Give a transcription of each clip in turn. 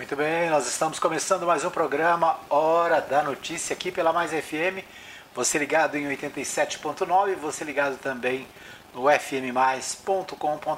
Muito bem, nós estamos começando mais um programa Hora da Notícia aqui pela Mais FM. Você ligado em 87.9, você ligado também no fmmais.com.br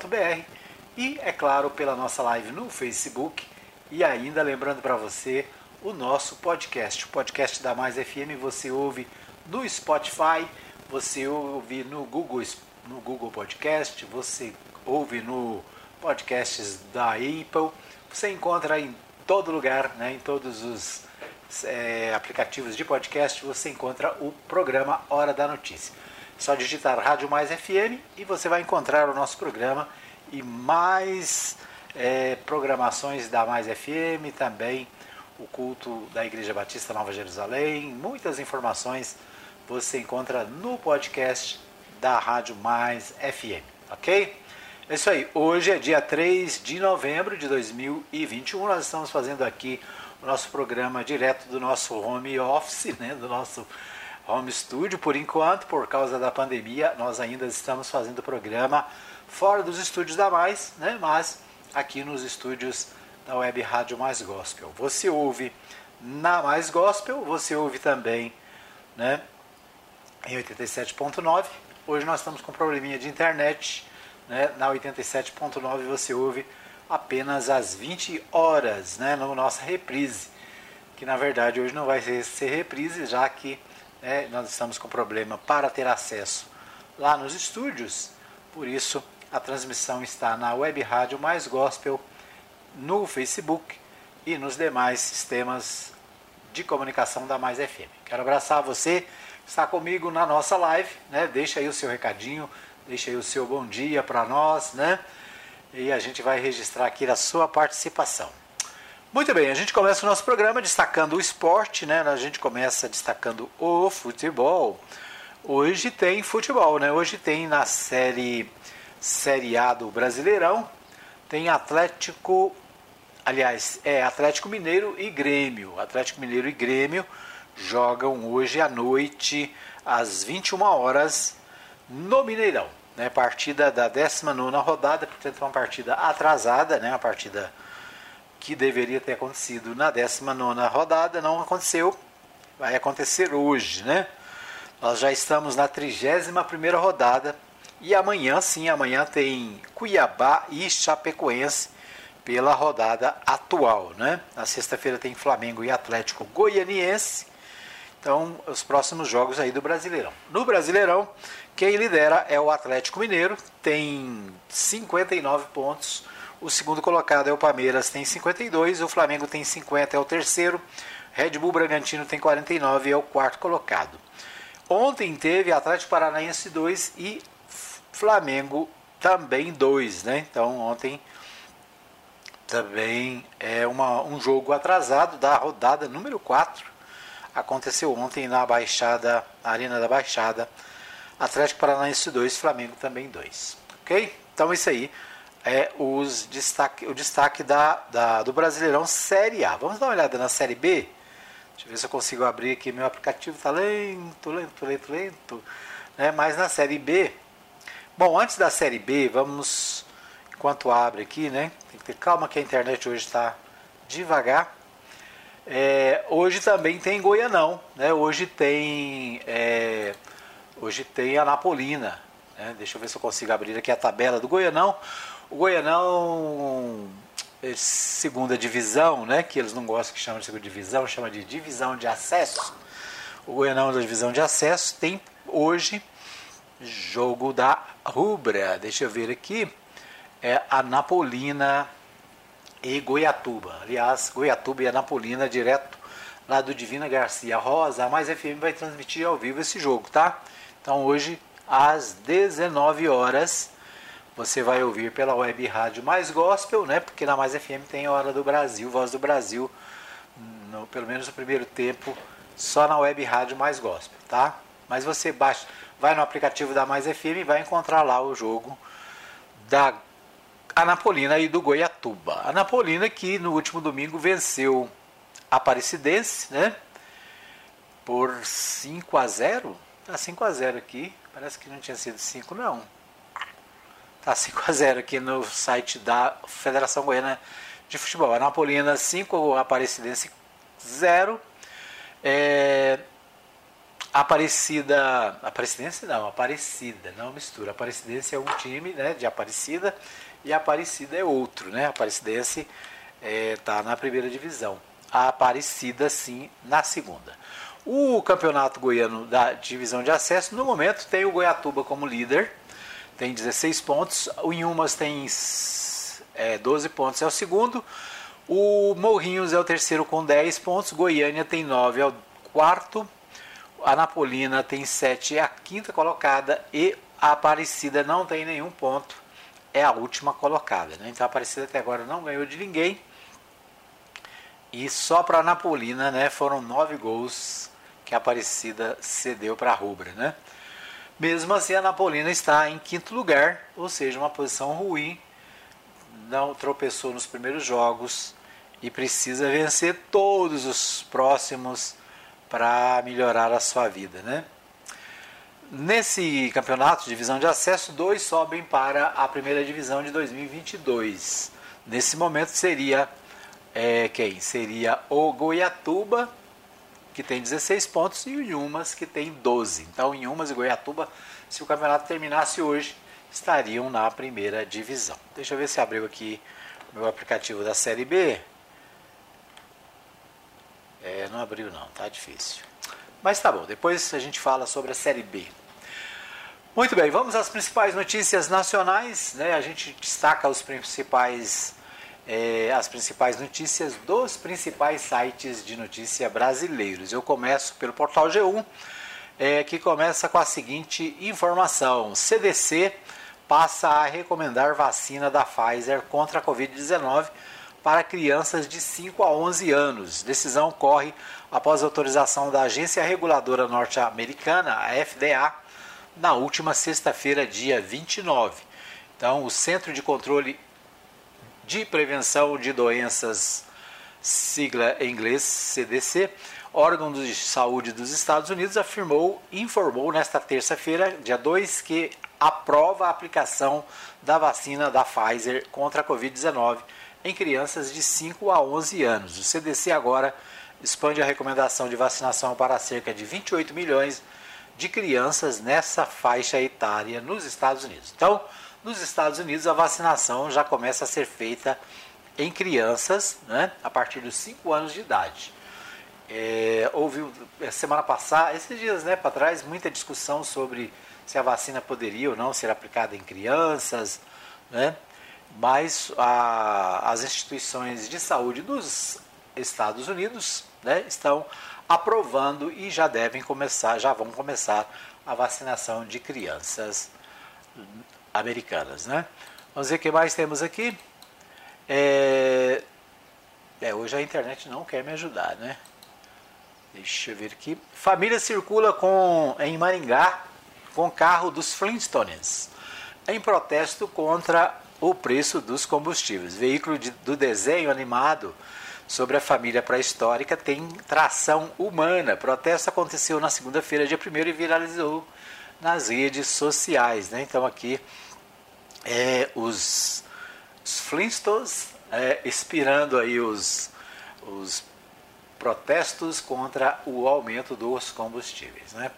e, é claro, pela nossa live no Facebook. E ainda lembrando para você o nosso podcast. O podcast da Mais FM você ouve no Spotify, você ouve no Google Podcast, você ouve no podcasts da Apple. Você encontra em todo lugar, né, em todos os aplicativos de podcast, você encontra o programa Hora da Notícia. É só digitar Rádio Mais FM e você vai encontrar o nosso programa e mais programações da Mais FM, também o culto da Igreja Batista Nova Jerusalém. Muitas informações você encontra no podcast da Rádio Mais FM, ok? É isso aí, hoje é dia 3 de novembro de 2021, nós estamos fazendo aqui o nosso programa direto do nosso home office, né, do nosso home studio. Por enquanto, por causa da pandemia, nós ainda estamos fazendo o programa fora dos estúdios da Mais, né, mas aqui nos estúdios da Web Rádio Mais Gospel. Você ouve na Mais Gospel, você ouve também, né, em 87.9. Hoje nós estamos com um probleminha de internet, né? Na 87.9 você ouve apenas às 20 horas, né? Na nossa reprise, que na verdade hoje não vai ser reprise, já que nós estamos com problema para ter acesso lá nos estúdios. Por isso a transmissão está na Web Rádio Mais Gospel, no Facebook e nos demais sistemas de comunicação da Mais FM. Quero abraçar você que está comigo na nossa live, né? Deixa aí o seu recadinho, deixa aí o seu bom dia para nós, né? E a gente vai registrar aqui a sua participação. Muito bem, a gente começa o nosso programa destacando o esporte, né? A gente começa destacando o futebol. Hoje tem futebol, né? Hoje tem na Série A do Brasileirão, tem Atlético Mineiro e Grêmio. Atlético Mineiro e Grêmio jogam hoje à noite, às 21 horas, no Mineirão, né? Partida da 19ª rodada, portanto uma partida atrasada, né? Uma partida que deveria ter acontecido na 19ª rodada, não aconteceu, vai acontecer hoje, né? Nós já estamos na 31ª rodada e amanhã tem Cuiabá e Chapecoense pela rodada atual, né? Na sexta-feira tem Flamengo e Atlético Goianiense. Então, os próximos jogos aí do Brasileirão. No Brasileirão, quem lidera é o Atlético Mineiro, tem 59 pontos. O segundo colocado é o Palmeiras, tem 52. O Flamengo tem 50, é o terceiro. Red Bull Bragantino tem 49, é o quarto colocado. Ontem teve Atlético Paranaense 2 e Flamengo também 2, né? Então, ontem também é um jogo atrasado da rodada número 4. Aconteceu ontem na Arena da Baixada. Atlético Paranaense 2, Flamengo também 2. Ok? Então isso aí é o destaque do Brasileirão Série A. Vamos dar uma olhada na Série B? Deixa eu ver se eu consigo abrir aqui. Meu aplicativo está lento. Né? Mas na Série B... Bom, antes da Série B, vamos... Enquanto abre aqui, né? Tem que ter calma que a internet hoje está devagar. Hoje também tem Goianão, né? Hoje tem Anapolina, né? Deixa eu ver se eu consigo abrir aqui a tabela do Goianão. O Goianão segunda divisão, né? Que eles não gostam que chama de segunda divisão, chama de divisão de acesso. O Goianão da divisão de acesso tem hoje jogo da Rubra. Deixa eu ver aqui. Anapolina e Goiatuba. Aliás, Goiatuba e Anapolina, direto lá do Divina Garcia Rosa. A Mais FM vai transmitir ao vivo esse jogo, tá? Então hoje, às 19 horas, você vai ouvir pela Web Rádio Mais Gospel, né? Porque na Mais FM tem a Hora do Brasil, Voz do Brasil, pelo menos no primeiro tempo, só na Web Rádio Mais Gospel, tá? Mas você vai no aplicativo da Mais FM e vai encontrar lá o jogo da Anapolina e do Goiatuba. Anapolina que no último domingo venceu a Aparecidense, né? Por 5-0. Tá 5-0 aqui. Parece que não tinha sido 5, não. Tá 5-0 aqui no site da Federação Goiana de futebol. Anapolina 5, Aparecidense 0. Aparecidense não, Aparecida, não mistura. Aparecidense é um time, né, de Aparecida e Aparecida é outro, né? Aparecidense está na primeira divisão. A Aparecida, sim, na segunda. O campeonato goiano da divisão de acesso, no momento, tem o Goiatuba como líder, tem 16 pontos. O Inhumas tem 12 pontos, é o segundo. O Morrinhos é o terceiro com 10 pontos. Goiânia tem 9, é o quarto. A Anapolina tem 7, é a quinta colocada. E a Aparecida não tem nenhum ponto, é a última colocada, né? Então a Aparecida até agora não ganhou de ninguém. E só para a Anapolina, né, foram 9 gols que a Aparecida cedeu para a Rubra, né? Mesmo assim, a Anapolina está em quinto lugar, ou seja, uma posição ruim. Não tropeçou nos primeiros jogos e precisa vencer todos os próximos para melhorar a sua vida, né? Nesse campeonato de divisão de acesso, 2 sobem para a primeira divisão de 2022. Nesse momento seria quem? Seria o Goiatuba, que tem 16 pontos, e o Inhumas, que tem 12. Então, Inhumas e Goiatuba, se o campeonato terminasse hoje, estariam na primeira divisão. Deixa eu ver se abriu aqui o meu aplicativo da Série B. Não abriu não, tá difícil. Mas tá bom, depois a gente fala sobre a Série B. Muito bem, vamos às principais notícias nacionais, né? A gente destaca as principais notícias dos principais sites de notícia brasileiros. Eu começo pelo portal G1, que começa com a seguinte informação: CDC passa a recomendar vacina da Pfizer contra a Covid-19 para crianças de 5 a 11 anos. Decisão ocorre após a autorização da Agência Reguladora Norte-Americana, a FDA, na última sexta-feira, dia 29. Então, o Centro de Controle de Prevenção de Doenças, sigla em inglês CDC, órgão de saúde dos Estados Unidos, informou nesta terça-feira, dia 2, que aprova a aplicação da vacina da Pfizer contra a Covid-19 em crianças de 5 a 11 anos. O CDC agora expande a recomendação de vacinação para cerca de 28 milhões de crianças nessa faixa etária nos Estados Unidos. Então, nos Estados Unidos, a vacinação já começa a ser feita em crianças, né, a partir dos 5 anos de idade. Houve semana passada, esses dias, né, para trás, muita discussão sobre se a vacina poderia ou não ser aplicada em crianças, né? Mas as instituições de saúde dos Estados Unidos, né, estão aprovando e já vão começar a vacinação de crianças americanas, né? Vamos ver o que mais temos aqui. Hoje a internet não quer me ajudar, né? Deixa eu ver aqui. Família circula em Maringá com carro dos Flintstones em protesto contra o preço dos combustíveis. Veículo do desenho animado sobre a família pré-histórica tem tração humana. O protesto aconteceu na segunda-feira, dia 1º, e viralizou nas redes sociais, né? Então aqui os Flintstones inspirando aí os protestos contra o aumento dos combustíveis, né?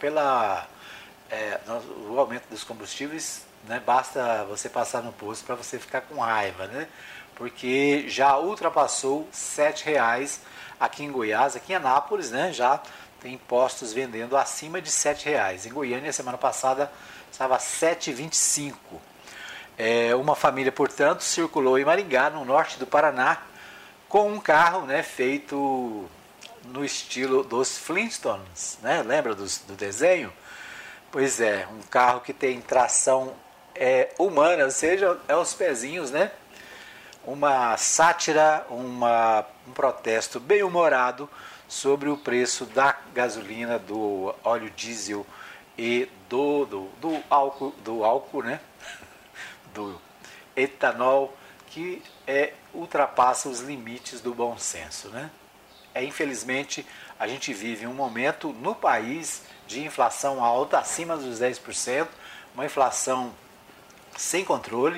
O aumento dos combustíveis, né, basta você passar no posto para você ficar com raiva, né? Porque já ultrapassou R$ 7,00 aqui em Goiás, aqui em Anápolis, né? Já tem postos vendendo acima de R$ 7,00. Em Goiânia, semana passada, estava R$ 7,25. Uma família, portanto, circulou em Maringá, no norte do Paraná, com um carro, né, feito no estilo dos Flintstones, né? Lembra do desenho? Pois é, um carro que tem tração humana, ou seja, os pezinhos, né? Uma sátira, um protesto bem humorado sobre o preço da gasolina, do óleo diesel e do álcool, né? Do etanol, que ultrapassa os limites do bom senso, né? Infelizmente, a gente vive um momento no país de inflação alta, acima dos 10%, uma inflação sem controle,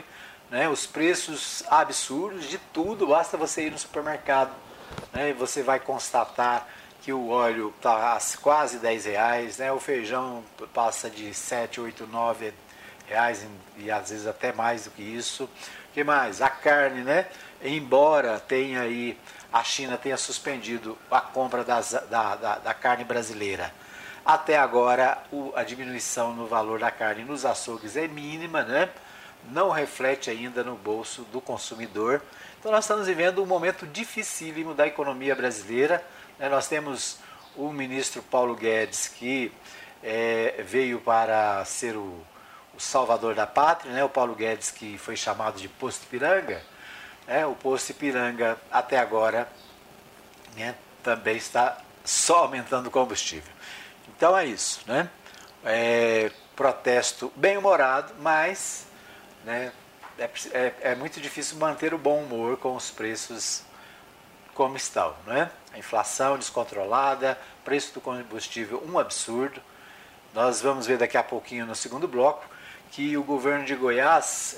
né, os preços absurdos de tudo. Basta você ir no supermercado, né, e você vai constatar que o óleo está a quase R$10, né, o feijão passa de 7, 8, 9 reais e às vezes até mais do que isso. O que mais? A carne, né? Embora tenha aí, a China tenha suspendido a compra da carne brasileira, até agora a diminuição no valor da carne nos açougues é mínima, né? Não reflete ainda no bolso do consumidor. Então nós estamos vivendo um momento dificílimo da economia brasileira, né? Nós temos o ministro Paulo Guedes, que veio para ser o salvador da pátria, né? O Paulo Guedes, que foi chamado de Posto Ipiranga, né? O Posto Ipiranga até agora, né, também está só aumentando o combustível. Então é isso, né? Protesto bem-humorado, mas, né, é muito difícil manter o bom humor com os preços como estão, né? A inflação descontrolada, preço do combustível um absurdo. Nós vamos ver daqui a pouquinho no segundo bloco que o governo de Goiás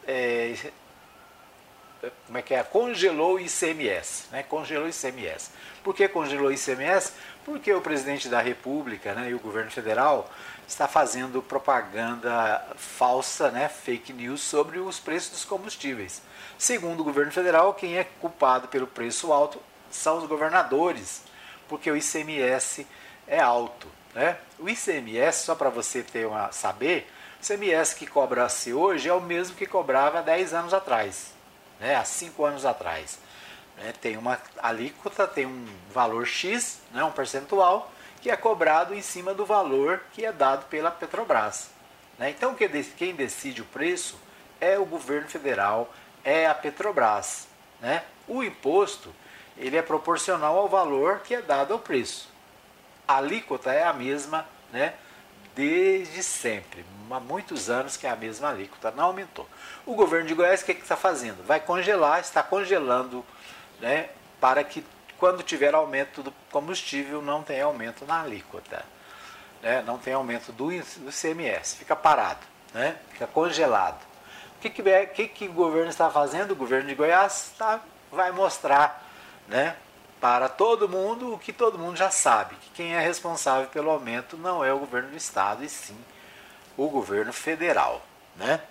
congelou o ICMS, né? Congelou o ICMS. Por que congelou o ICMS? Porque o presidente da República, né, e o governo federal está fazendo propaganda falsa, né, fake news sobre os preços dos combustíveis. Segundo o governo federal, quem é culpado pelo preço alto são os governadores, porque o ICMS é alto, né? O ICMS, só para você saber, o ICMS que cobra-se hoje é o mesmo que cobrava há 10 anos atrás, né, há 5 anos atrás. Tem uma alíquota, tem um valor X, né, um percentual, que é cobrado em cima do valor que é dado pela Petrobras, né? Então quem decide o preço é o governo federal, é a Petrobras, né? O imposto, ele é proporcional ao valor que é dado ao preço. A alíquota é a mesma, né, desde sempre. Há muitos anos que é a mesma alíquota, não aumentou. O governo de Goiás, o que está fazendo? Vai congelar, está congelando, né, para que quando tiver aumento do combustível não tenha aumento na alíquota, né, não tem aumento do ICMS, fica parado, né, fica congelado. O que o governo está fazendo? O governo de Goiás vai mostrar, né, para todo mundo o que todo mundo já sabe, que quem é responsável pelo aumento não é o governo do estado, e sim o governo federal, né?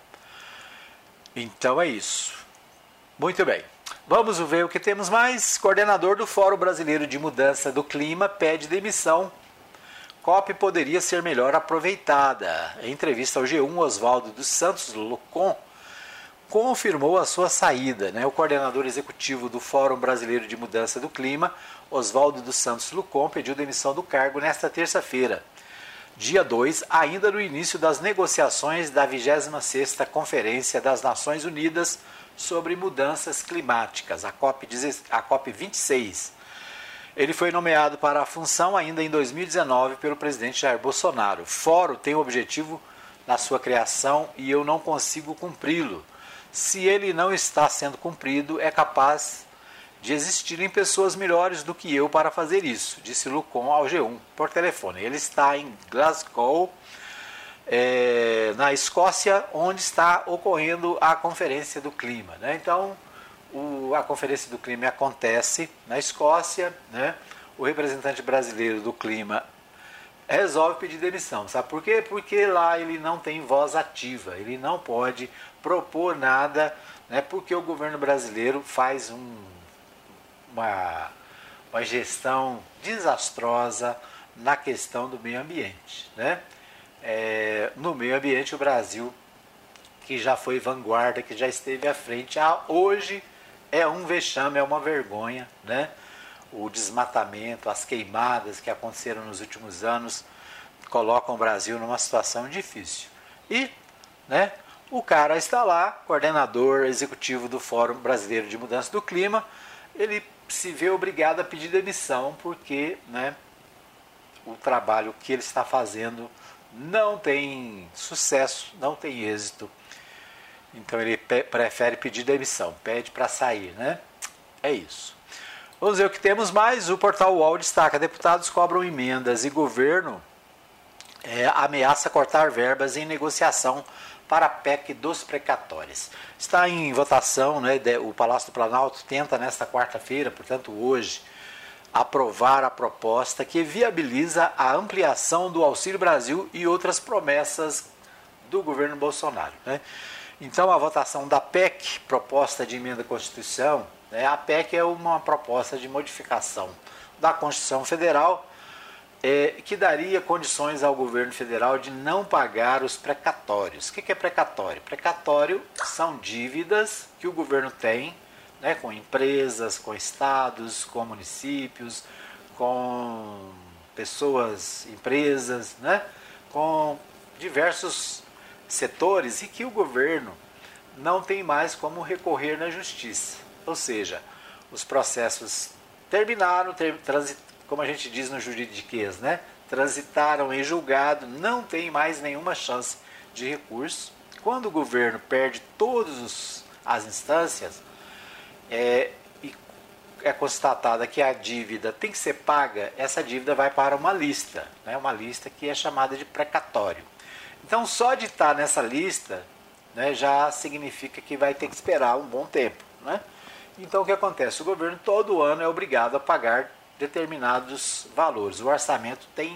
Então é isso. Muito bem. Vamos ver o que temos mais. Coordenador do Fórum Brasileiro de Mudança do Clima pede demissão. COP poderia ser melhor aproveitada. Em entrevista ao G1, Oswaldo dos Santos Lucon confirmou a sua saída, né? O coordenador executivo do Fórum Brasileiro de Mudança do Clima, Oswaldo dos Santos Lucon, pediu demissão do cargo nesta terça-feira, dia 2, ainda no início das negociações da 26ª Conferência das Nações Unidas sobre Mudanças Climáticas, a COP26. Ele foi nomeado para a função ainda em 2019 pelo presidente Jair Bolsonaro. O fórum tem o objetivo na sua criação e eu não consigo cumpri-lo. Se ele não está sendo cumprido, é capaz de existirem pessoas melhores do que eu para fazer isso, disse Lucon ao G1 por telefone. Ele está em Glasgow, na Escócia, onde está ocorrendo a Conferência do Clima, né? Então, a Conferência do Clima acontece na Escócia, né? O representante brasileiro do clima resolve pedir demissão. Sabe por quê? Porque lá ele não tem voz ativa, ele não pode propor nada, né? Porque o governo brasileiro faz uma gestão desastrosa na questão do meio ambiente, né? No meio ambiente, o Brasil, que já foi vanguarda, que já esteve à frente, hoje é um vexame, é uma vergonha, né? O desmatamento, as queimadas que aconteceram nos últimos anos colocam o Brasil numa situação difícil. E, né, o cara está lá, coordenador executivo do Fórum Brasileiro de Mudança do Clima, ele se vê obrigado a pedir demissão porque, né, o trabalho que ele está fazendo não tem sucesso, não tem êxito. Então ele prefere pedir demissão, pede para sair, né? É isso. Vamos ver o que temos mais. O portal UOL destaca: deputados cobram emendas e governo ameaça cortar verbas em negociação para a PEC dos precatórios. Está em votação, né, o Palácio do Planalto tenta nesta quarta-feira, portanto hoje, aprovar a proposta que viabiliza a ampliação do Auxílio Brasil e outras promessas do governo Bolsonaro, né? Então a votação da PEC, proposta de emenda à Constituição, né, a PEC é uma proposta de modificação da Constituição Federal, que daria condições ao governo federal de não pagar os precatórios. O que é precatório? Precatório são dívidas que o governo tem, né, com empresas, com estados, com municípios, com pessoas, empresas, né, com diversos setores, e que o governo não tem mais como recorrer na justiça. Ou seja, os processos terminaram, como a gente diz no juridiquês, né? Transitaram em julgado, não tem mais nenhuma chance de recurso. Quando o governo perde todas as instâncias, e é constatada que a dívida tem que ser paga, essa dívida vai para uma lista, né? Uma lista que é chamada de precatório. Então, só de estar nessa lista, né, já significa que vai ter que esperar um bom tempo, né? Então, o que acontece? O governo todo ano é obrigado a pagar determinados valores. O orçamento tem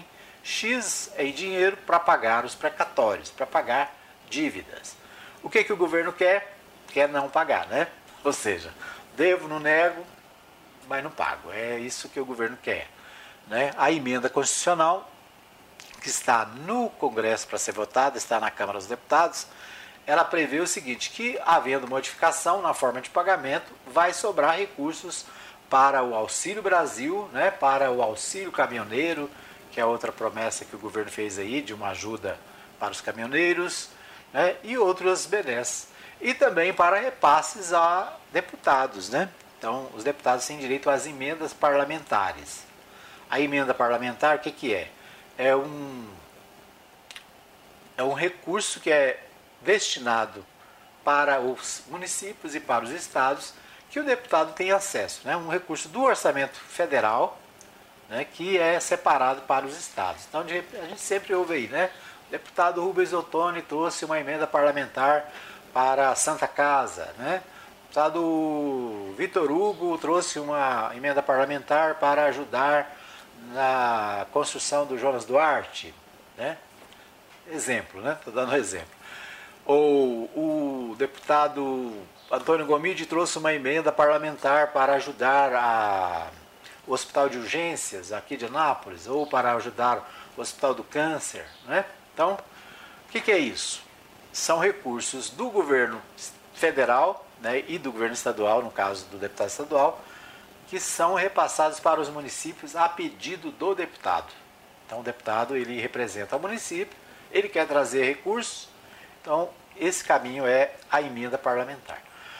X em dinheiro para pagar os precatórios, para pagar dívidas. O que o governo quer? Quer não pagar, né? Ou seja, devo, não nego, mas não pago. É isso que o governo quer, né? A emenda constitucional, que está no Congresso para ser votada, está na Câmara dos Deputados, ela prevê o seguinte, que havendo modificação na forma de pagamento, vai sobrar recursos para o Auxílio Brasil, né, para o Auxílio Caminhoneiro, que é outra promessa que o governo fez aí, de uma ajuda para os caminhoneiros, né, e outros benesses. E também para repasses a deputados, né? Então, os deputados têm direito às emendas parlamentares. A emenda parlamentar, o que é? É um recurso que é destinado para os municípios e para os estados, que o deputado tem acesso, né? Um recurso do orçamento federal, né, que é separado para os estados. Então, a gente sempre ouve aí, né? O deputado Rubens Ottoni trouxe uma emenda parlamentar para a Santa Casa, né? O deputado Vitor Hugo trouxe uma emenda parlamentar para ajudar na construção do Jonas Duarte, né? Exemplo, né? Estou dando um exemplo. Ou o deputado Antônio Gomide trouxe uma emenda parlamentar para ajudar o Hospital de Urgências aqui de Anápolis, ou para ajudar o Hospital do Câncer, né? Então, o que é isso? São recursos do governo federal, né, e do governo estadual, no caso do deputado estadual, que são repassados para os municípios a pedido do deputado. Então, o deputado, ele representa o município, ele quer trazer recursos, então esse caminho é a emenda parlamentar.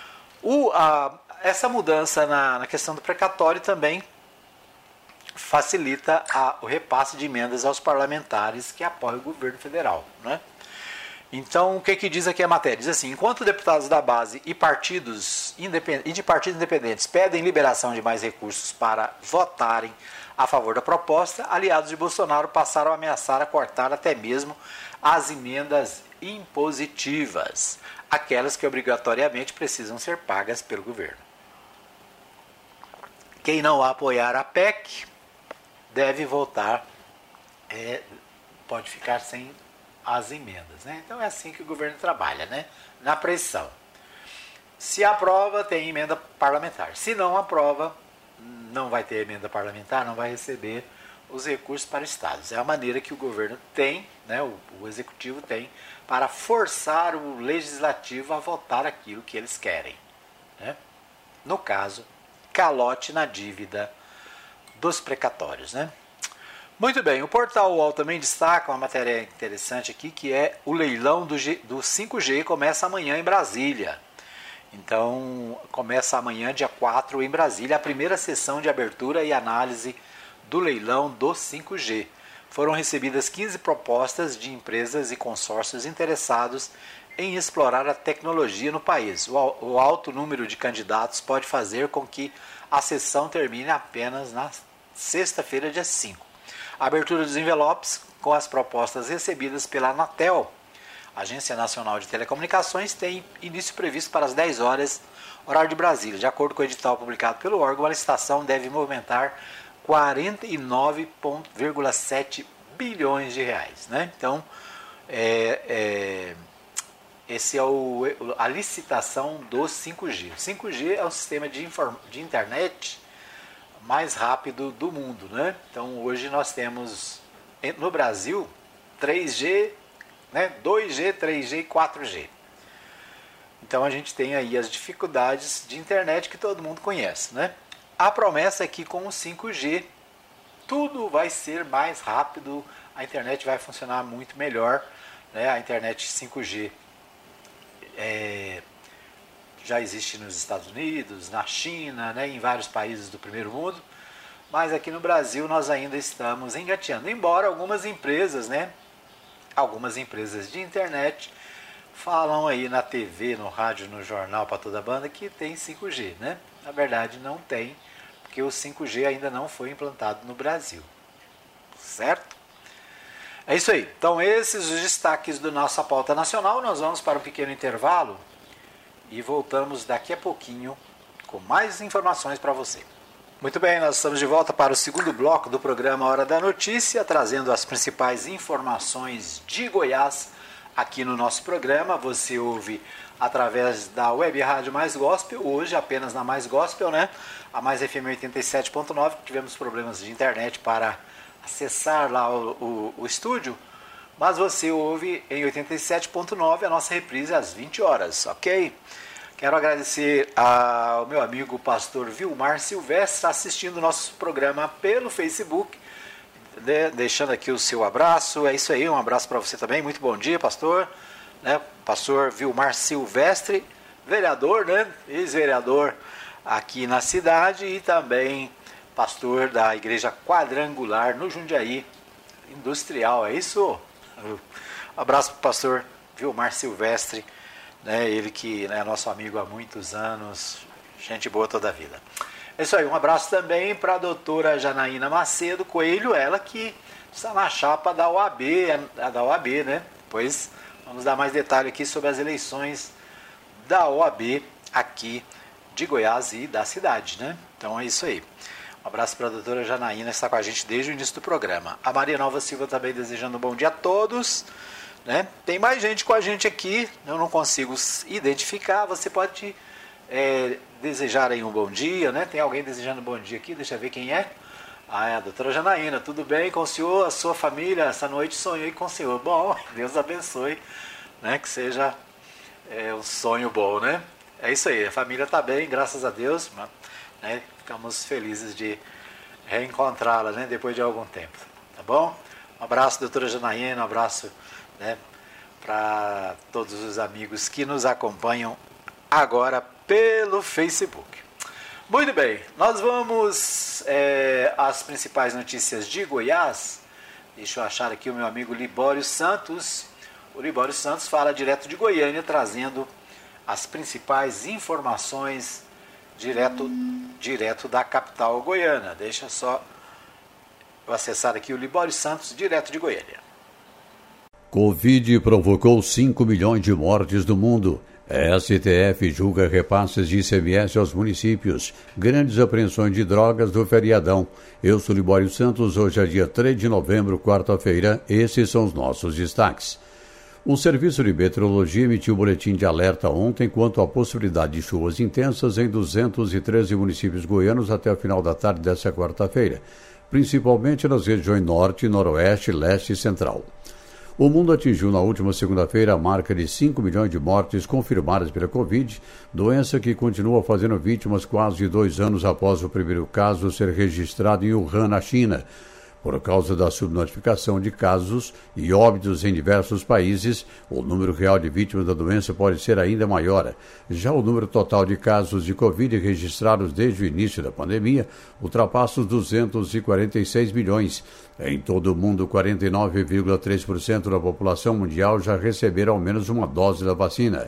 Essa mudança na questão do precatório também facilita o repasse de emendas aos parlamentares que apoiam o governo federal, né? Então, o que diz aqui a matéria? Diz assim, enquanto deputados da base e de partidos independentes pedem liberação de mais recursos para votarem a favor da proposta, aliados de Bolsonaro passaram a ameaçar a cortar até mesmo as emendas impositivas, aquelas que obrigatoriamente precisam ser pagas pelo governo. Quem não apoiar a PEC deve votar, pode ficar sem as emendas, né? Então é assim que o governo trabalha, né? Na pressão. Se aprova, tem emenda parlamentar. Se não aprova, não vai ter emenda parlamentar, não vai receber os recursos para estados. É a maneira que o governo tem, né, o executivo tem, para forçar o legislativo a votar aquilo que eles querem, né? No caso, calote na dívida dos precatórios, né? Muito bem, o portal UOL também destaca uma matéria interessante aqui, que é o leilão do 5G, começa amanhã em Brasília. Então, começa amanhã, dia 4, em Brasília, a primeira sessão de abertura e análise do leilão do 5G. Foram recebidas 15 propostas de empresas e consórcios interessados em explorar a tecnologia no país. O alto número de candidatos pode fazer com que a sessão termine apenas na sexta-feira, dia 5. A abertura dos envelopes com as propostas recebidas pela Anatel A Agência Nacional de Telecomunicações tem início previsto para as 10 horas, horário de Brasília. De acordo com o edital publicado pelo órgão, a licitação deve movimentar 49,7 bilhões de reais, né? Então, esse é a licitação do 5G. O 5G é o sistema de internet mais rápido do mundo, né? Então, hoje nós temos no Brasil 3G, né? 2G, 3G e 4G. Então a gente tem aí as dificuldades de internet que todo mundo conhece, né? A promessa é que com o 5G tudo vai ser mais rápido, a internet vai funcionar muito melhor, né? A internet 5G já existe nos Estados Unidos, na China, né? Em vários países do primeiro mundo, mas aqui no Brasil nós ainda estamos engateando, embora algumas empresas, né? Algumas empresas de internet falam aí na TV, no rádio, no jornal, para toda a banda que tem 5G, né? Na verdade não tem, porque o 5G ainda não foi implantado no Brasil, certo? É isso aí. Então esses os destaques da nossa pauta nacional. Nós vamos para um pequeno intervalo e voltamos daqui a pouquinho com mais informações para você. Muito bem, nós estamos de volta para o segundo bloco do programa Hora da Notícia, trazendo as principais informações de Goiás aqui no nosso programa. Você ouve através da Web Rádio Mais Gospel, hoje apenas na Mais Gospel, né? A Mais FM 87.9, tivemos problemas de internet para acessar lá o estúdio, mas você ouve em 87.9 a nossa reprise às 20 horas, ok? Quero agradecer ao meu amigo pastor Vilmar Silvestre assistindo o nosso programa pelo Facebook, né? Deixando aqui o seu abraço. É isso aí, um abraço para você também. Muito bom dia, pastor, né? Pastor Vilmar Silvestre, vereador, né? Ex-vereador aqui na cidade e também pastor da Igreja Quadrangular no Jundiaí Industrial, é isso? Um abraço para o pastor Vilmar Silvestre, né? Ele que é nosso amigo há muitos anos, gente boa toda a vida. É isso aí, um abraço também para a doutora Janaína Macedo Coelho, ela que está na chapa da OAB, né? Pois vamos dar mais detalhe aqui sobre as eleições da OAB aqui de Goiás e da cidade, né? Então é isso aí. Um abraço para a doutora Janaína, que está com a gente desde o início do programa. A Maria Nova Silva também desejando um bom dia a todos, né? Tem mais gente com a gente aqui, eu não consigo identificar, você pode desejar aí um bom dia, né? Tem alguém desejando um bom dia aqui, deixa eu ver quem é. Ah, é a doutora Janaína, tudo bem com o senhor, a sua família? Essa noite sonhei com o senhor. Bom, Deus abençoe, né? Que seja um sonho bom, né? É isso aí, a família está bem, graças a Deus, né? Ficamos felizes de reencontrá-la, né? Depois de algum tempo, tá bom? Um abraço, doutora Janaína, um abraço, né? Para todos os amigos que nos acompanham agora pelo Facebook. Muito bem, nós vamos às principais notícias de Goiás. Deixa eu achar aqui o meu amigo Libório Santos. O Libório Santos fala direto de Goiânia, trazendo as principais informações direto da capital goiana. Deixa só eu acessar aqui o Libório Santos, direto de Goiânia. Covid provocou 5 milhões de mortes no mundo. A STF julga repasses de ICMS aos municípios. Grandes apreensões de drogas do feriadão. Eu sou Libório Santos, hoje é dia 3 de novembro, quarta-feira. Esses são os nossos destaques. O Serviço de Meteorologia emitiu boletim de alerta ontem quanto à possibilidade de chuvas intensas em 213 municípios goianos até o final da tarde desta quarta-feira, principalmente nas regiões Norte, Noroeste, Leste e Central. O mundo atingiu na última segunda-feira a marca de 5 milhões de mortes confirmadas pela Covid, doença que continua fazendo vítimas quase 2 anos após o primeiro caso ser registrado em Wuhan, na China. Por causa da subnotificação de casos e óbitos em diversos países, o número real de vítimas da doença pode ser ainda maior. Já o número total de casos de Covid registrados desde o início da pandemia ultrapassa os 246 milhões. Em todo o mundo, 49,3% da população mundial já receberam ao menos uma dose da vacina.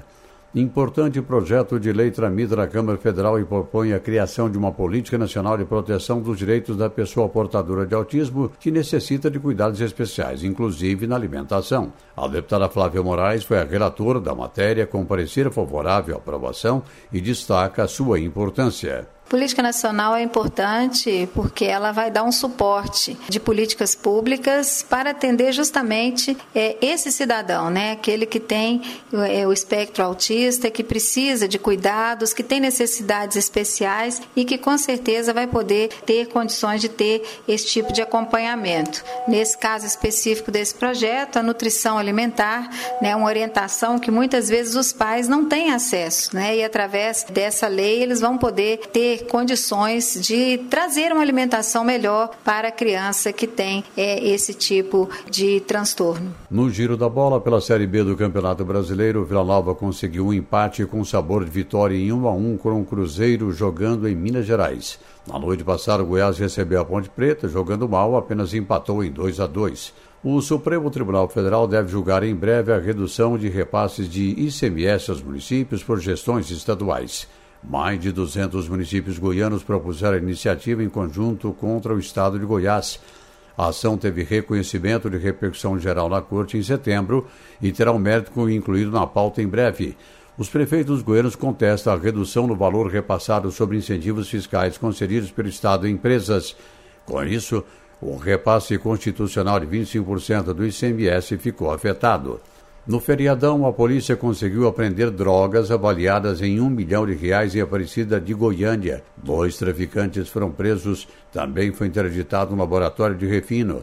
Importante projeto de lei tramita na Câmara Federal e propõe a criação de uma política nacional de proteção dos direitos da pessoa portadora de autismo que necessita de cuidados especiais, inclusive na alimentação. A deputada Flávia Moraes foi a relatora da matéria, com parecer favorável à aprovação e destaca a sua importância. Política nacional é importante porque ela vai dar um suporte de políticas públicas para atender justamente esse cidadão, né? Aquele que tem o espectro autista, que precisa de cuidados, que tem necessidades especiais e que com certeza vai poder ter condições de ter esse tipo de acompanhamento. Nesse caso específico desse projeto, a nutrição alimentar, né, uma orientação que muitas vezes os pais não têm acesso, né? E através dessa lei eles vão poder ter condições de trazer uma alimentação melhor para a criança que tem esse tipo de transtorno. No giro da bola pela Série B do Campeonato Brasileiro, o Vila Nova conseguiu um empate com sabor de vitória em 1-1 com o Cruzeiro jogando em Minas Gerais. Na noite passada, o Goiás recebeu a Ponte Preta, jogando mal, apenas empatou em 2-2. O Supremo Tribunal Federal deve julgar em breve a redução de repasses de ICMS aos municípios por gestões estaduais. Mais de 200 municípios goianos propuseram a iniciativa em conjunto contra o estado de Goiás. A ação teve reconhecimento de repercussão geral na Corte em setembro e terá um mérito incluído na pauta em breve. Os prefeitos goianos contestam a redução no valor repassado sobre incentivos fiscais concedidos pelo Estado a empresas. Com isso, o repasse constitucional de 25% do ICMS ficou afetado. No feriadão, a polícia conseguiu apreender drogas avaliadas em R$1 milhão em Aparecida de Goiânia. 2 traficantes foram presos. Também foi interditado um laboratório de refino.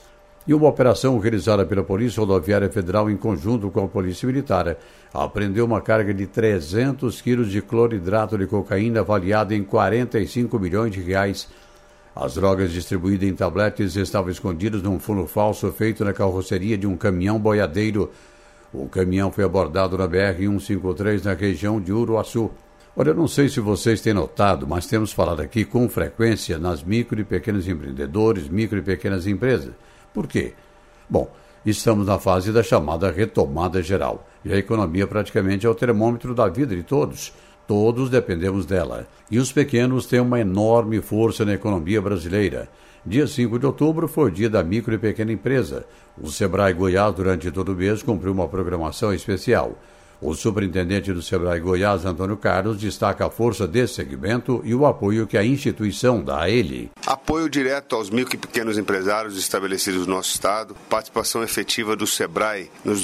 E uma operação realizada pela Polícia Rodoviária Federal em conjunto com a Polícia Militar apreendeu uma carga de 300 quilos de cloridrato de cocaína avaliada em R$45 milhões. As drogas distribuídas em tabletes estavam escondidas num fundo falso feito na carroceria de um caminhão boiadeiro. O caminhão foi abordado na BR-153 na região de Uruaçu. Olha, eu não sei se vocês têm notado, mas temos falado aqui com frequência nas micro e pequenos empreendedores, micro e pequenas empresas. Por quê? Bom, estamos na fase da chamada retomada geral. E a economia praticamente é o termômetro da vida de todos. Todos dependemos dela. E os pequenos têm uma enorme força na economia brasileira. Dia 5 de outubro foi o dia da micro e pequena empresa. O Sebrae Goiás, durante todo o mês, cumpriu uma programação especial. O superintendente do Sebrae Goiás, Antônio Carlos, destaca a força desse segmento e o apoio que a instituição dá a ele. Apoio direto aos micro e pequenos empresários estabelecidos no nosso estado, participação efetiva do Sebrae nos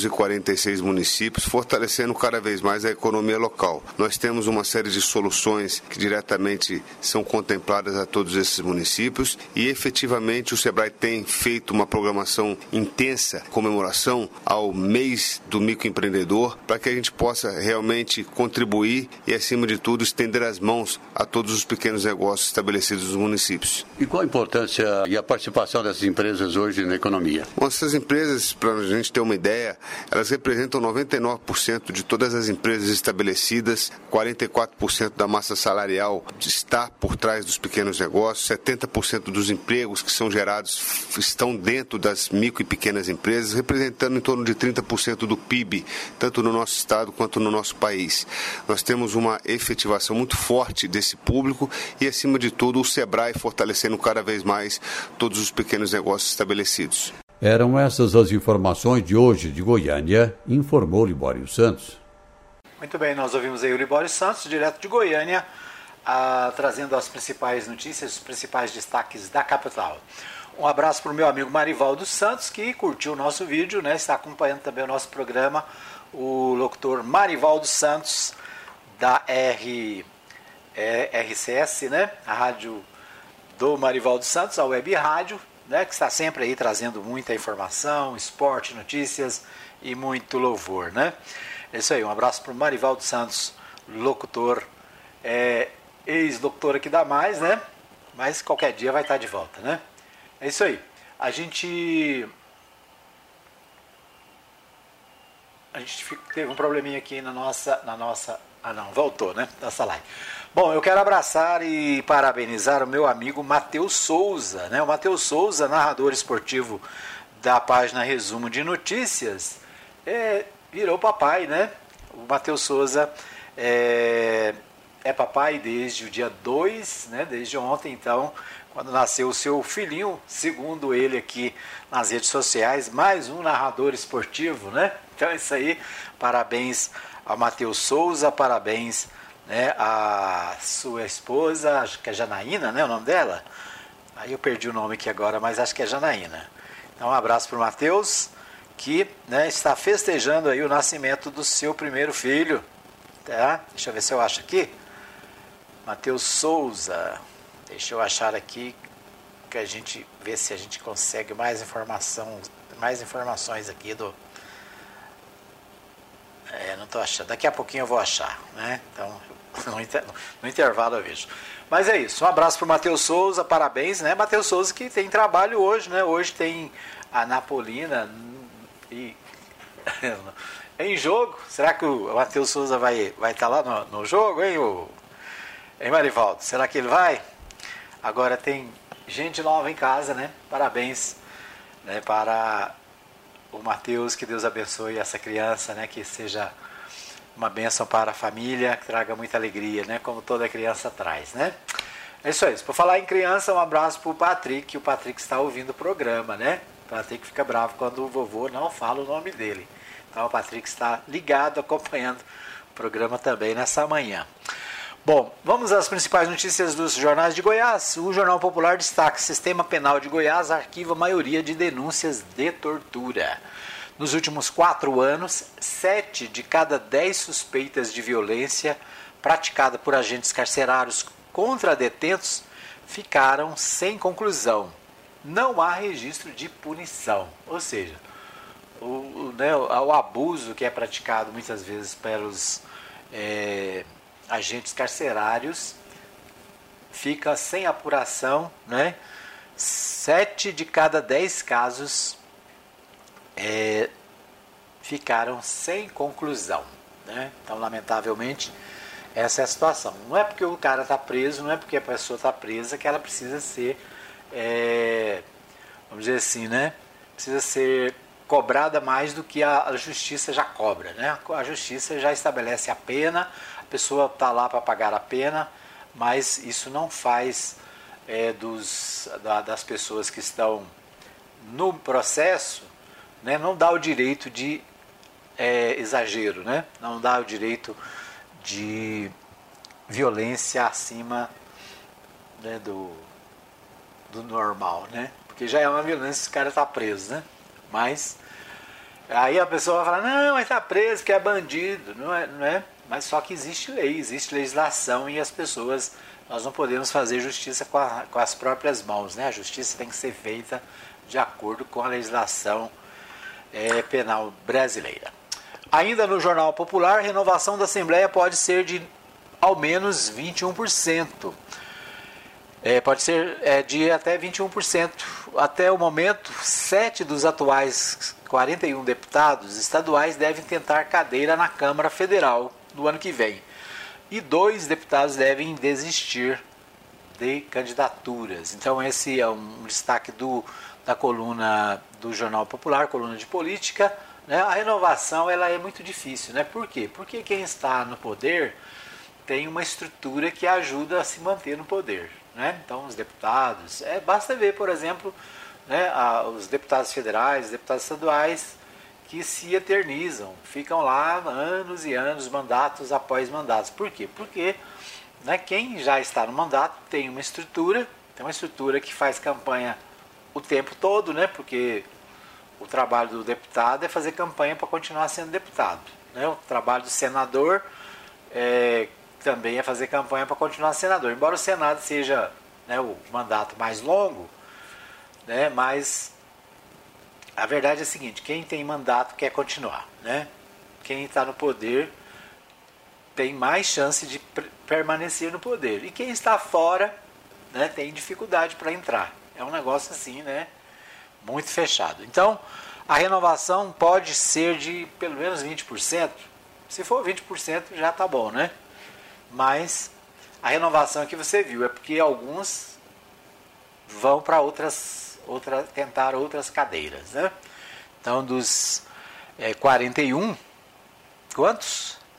246 municípios, fortalecendo cada vez mais a economia local. Nós temos uma série de soluções que diretamente são contempladas a todos esses municípios e efetivamente o Sebrae tem feito uma programação intensa, comemoração ao mês do microempreendedor, para que a gente possa realmente contribuir e, acima de tudo, estender as mãos a todos os pequenos negócios estabelecidos nos municípios. E qual a importância e a participação dessas empresas hoje na economia? Bom, essas empresas, para a gente ter uma ideia, elas representam 99% de todas as empresas estabelecidas, 44% da massa salarial está por trás dos pequenos negócios, 70% dos empregos que são gerados estão dentro das micro e pequenas empresas, representando em torno de 30% do PIB, tanto no nosso estado quanto no nosso país. Nós temos uma efetivação muito forte desse público e, acima de tudo, o Sebrae fortalecendo cada vez mais todos os pequenos negócios estabelecidos. Eram essas as informações de hoje de Goiânia, informou Libório Santos. Muito bem, nós ouvimos aí o Libório Santos, direto de Goiânia, trazendo as principais notícias, os principais destaques da capital. Um abraço para o meu amigo Marivaldo Santos, que curtiu o nosso vídeo, né? Está acompanhando também o nosso programa, o locutor Marivaldo Santos, da RCS, né? A rádio do Marivaldo Santos, a web rádio, né? Que está sempre aí trazendo muita informação, esporte, notícias e muito louvor, né? É isso aí, um abraço para o Marivaldo Santos, locutor, ex-locutor aqui da Mais, né? Mas qualquer dia vai estar de volta, né? É isso aí. A gente teve um probleminha aqui na nossa... Ah não, voltou, né? Nossa live. Bom, eu quero abraçar e parabenizar o meu amigo Matheus Souza, né? O Matheus Souza, narrador esportivo da página Resumo de Notícias, virou papai, né? o Matheus Souza é papai desde o dia 2, né, desde ontem, então, quando nasceu o seu filhinho, segundo ele aqui nas redes sociais, mais um narrador esportivo, né? Então é isso aí, parabéns ao Matheus Souza, parabéns, né, à sua esposa, acho que é Janaína, né, o nome dela? Aí eu perdi o nome aqui agora, mas acho que é Janaína. Então um abraço para o Matheus, que, né, está festejando aí o nascimento do seu primeiro filho, tá? Deixa eu ver se eu acho aqui. Matheus Souza, deixa eu achar aqui, que a gente vê se a gente consegue mais informações aqui do... não estou achando, daqui a pouquinho eu vou achar, né? Então, no intervalo eu vejo. Mas é isso, um abraço para o Matheus Souza, parabéns, né? Matheus Souza que tem trabalho hoje, né? Hoje tem a Napolina e... em jogo. Será que o Matheus Souza vai estar lá no jogo, hein, hein, Marivaldo? Será que ele vai? Agora tem gente nova em casa, né? Parabéns, né, para o Matheus, que Deus abençoe essa criança, né? Que seja uma bênção para a família, que traga muita alegria, né? Como toda criança traz, né? É isso aí. Por falar em criança, um abraço para o Patrick, que o Patrick está ouvindo o programa, né? O Patrick fica bravo quando o vovô não fala o nome dele. Então o Patrick está ligado, acompanhando o programa também nessa manhã. Bom, vamos às principais notícias dos jornais de Goiás. O Jornal Popular destaca: Sistema Penal de Goiás arquiva a maioria de denúncias de tortura. Nos últimos 4 anos, 7 de cada 10 suspeitas de violência praticada por agentes carcerários contra detentos ficaram sem conclusão. Não há registro de punição. Ou seja, o abuso que é praticado muitas vezes pelos agentes carcerários fica sem apuração, né? 7 de cada 10 casos ficaram sem conclusão, né? Então, lamentavelmente, essa é a situação. Não é porque o cara está preso, não é porque a pessoa está presa que ela precisa ser, vamos dizer assim, né? Precisa ser cobrada mais do que a justiça já cobra, né? A justiça já estabelece a pena, a pessoa está lá para pagar a pena, mas isso não faz das pessoas que estão no processo, né, não dá o direito de exagero, né? Não dá o direito de violência acima, né, do normal, né? Porque já é uma violência se o cara está preso, né? Mas aí a pessoa vai falar: não, mas está preso, que é bandido, não é? Mas só que existe lei, existe legislação, e as pessoas, nós não podemos fazer justiça com as próprias mãos, né? A justiça tem que ser feita de acordo com a legislação penal brasileira. Ainda no Jornal Popular, renovação da Assembleia pode ser de ao menos 21%. Pode ser de até 21%. Até o momento, 7 dos atuais 41 deputados estaduais devem tentar cadeira na Câmara Federal no ano que vem. E 2 deputados devem desistir de candidaturas. Então esse é um destaque da coluna do Jornal Popular, coluna de política, né? A renovação ela é muito difícil, né? Por quê? Porque quem está no poder tem uma estrutura que ajuda a se manter no poder, né? Então os deputados, basta ver, por exemplo, né, os deputados federais, os deputados estaduais que se eternizam, ficam lá anos e anos, mandatos após mandatos. Por quê? Porque, né, quem já está no mandato tem uma estrutura que faz campanha o tempo todo, né? Porque o trabalho do deputado é fazer campanha para continuar sendo deputado, né? O trabalho do senador também é fazer campanha para continuar senador. Embora o Senado seja, né, o mandato mais longo, né, mas a verdade é a seguinte: quem tem mandato quer continuar, né? Quem está no poder tem mais chance de permanecer no poder. E quem está fora, né, tem dificuldade para entrar. É um negócio assim, né, muito fechado. Então, a renovação pode ser de pelo menos 20%. Se for 20% já está bom, né? Mas a renovação que você viu é porque alguns vão para tentar outras cadeiras, né? Então, dos 41, quantos?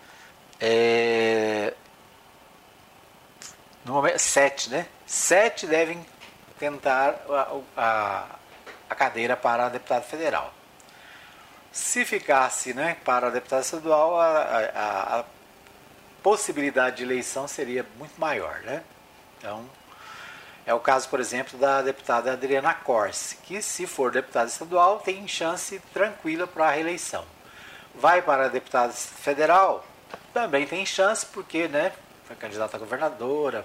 no momento 7, né? 7 devem tentar a cadeira para deputado federal. Se ficasse, né, para deputado estadual, a possibilidade de eleição seria muito maior, né? Então, é o caso, por exemplo, da deputada Adriana Corse, que, se for deputada estadual, tem chance tranquila para a reeleição. Vai para deputada federal, também tem chance, porque, né, foi candidata a governadora,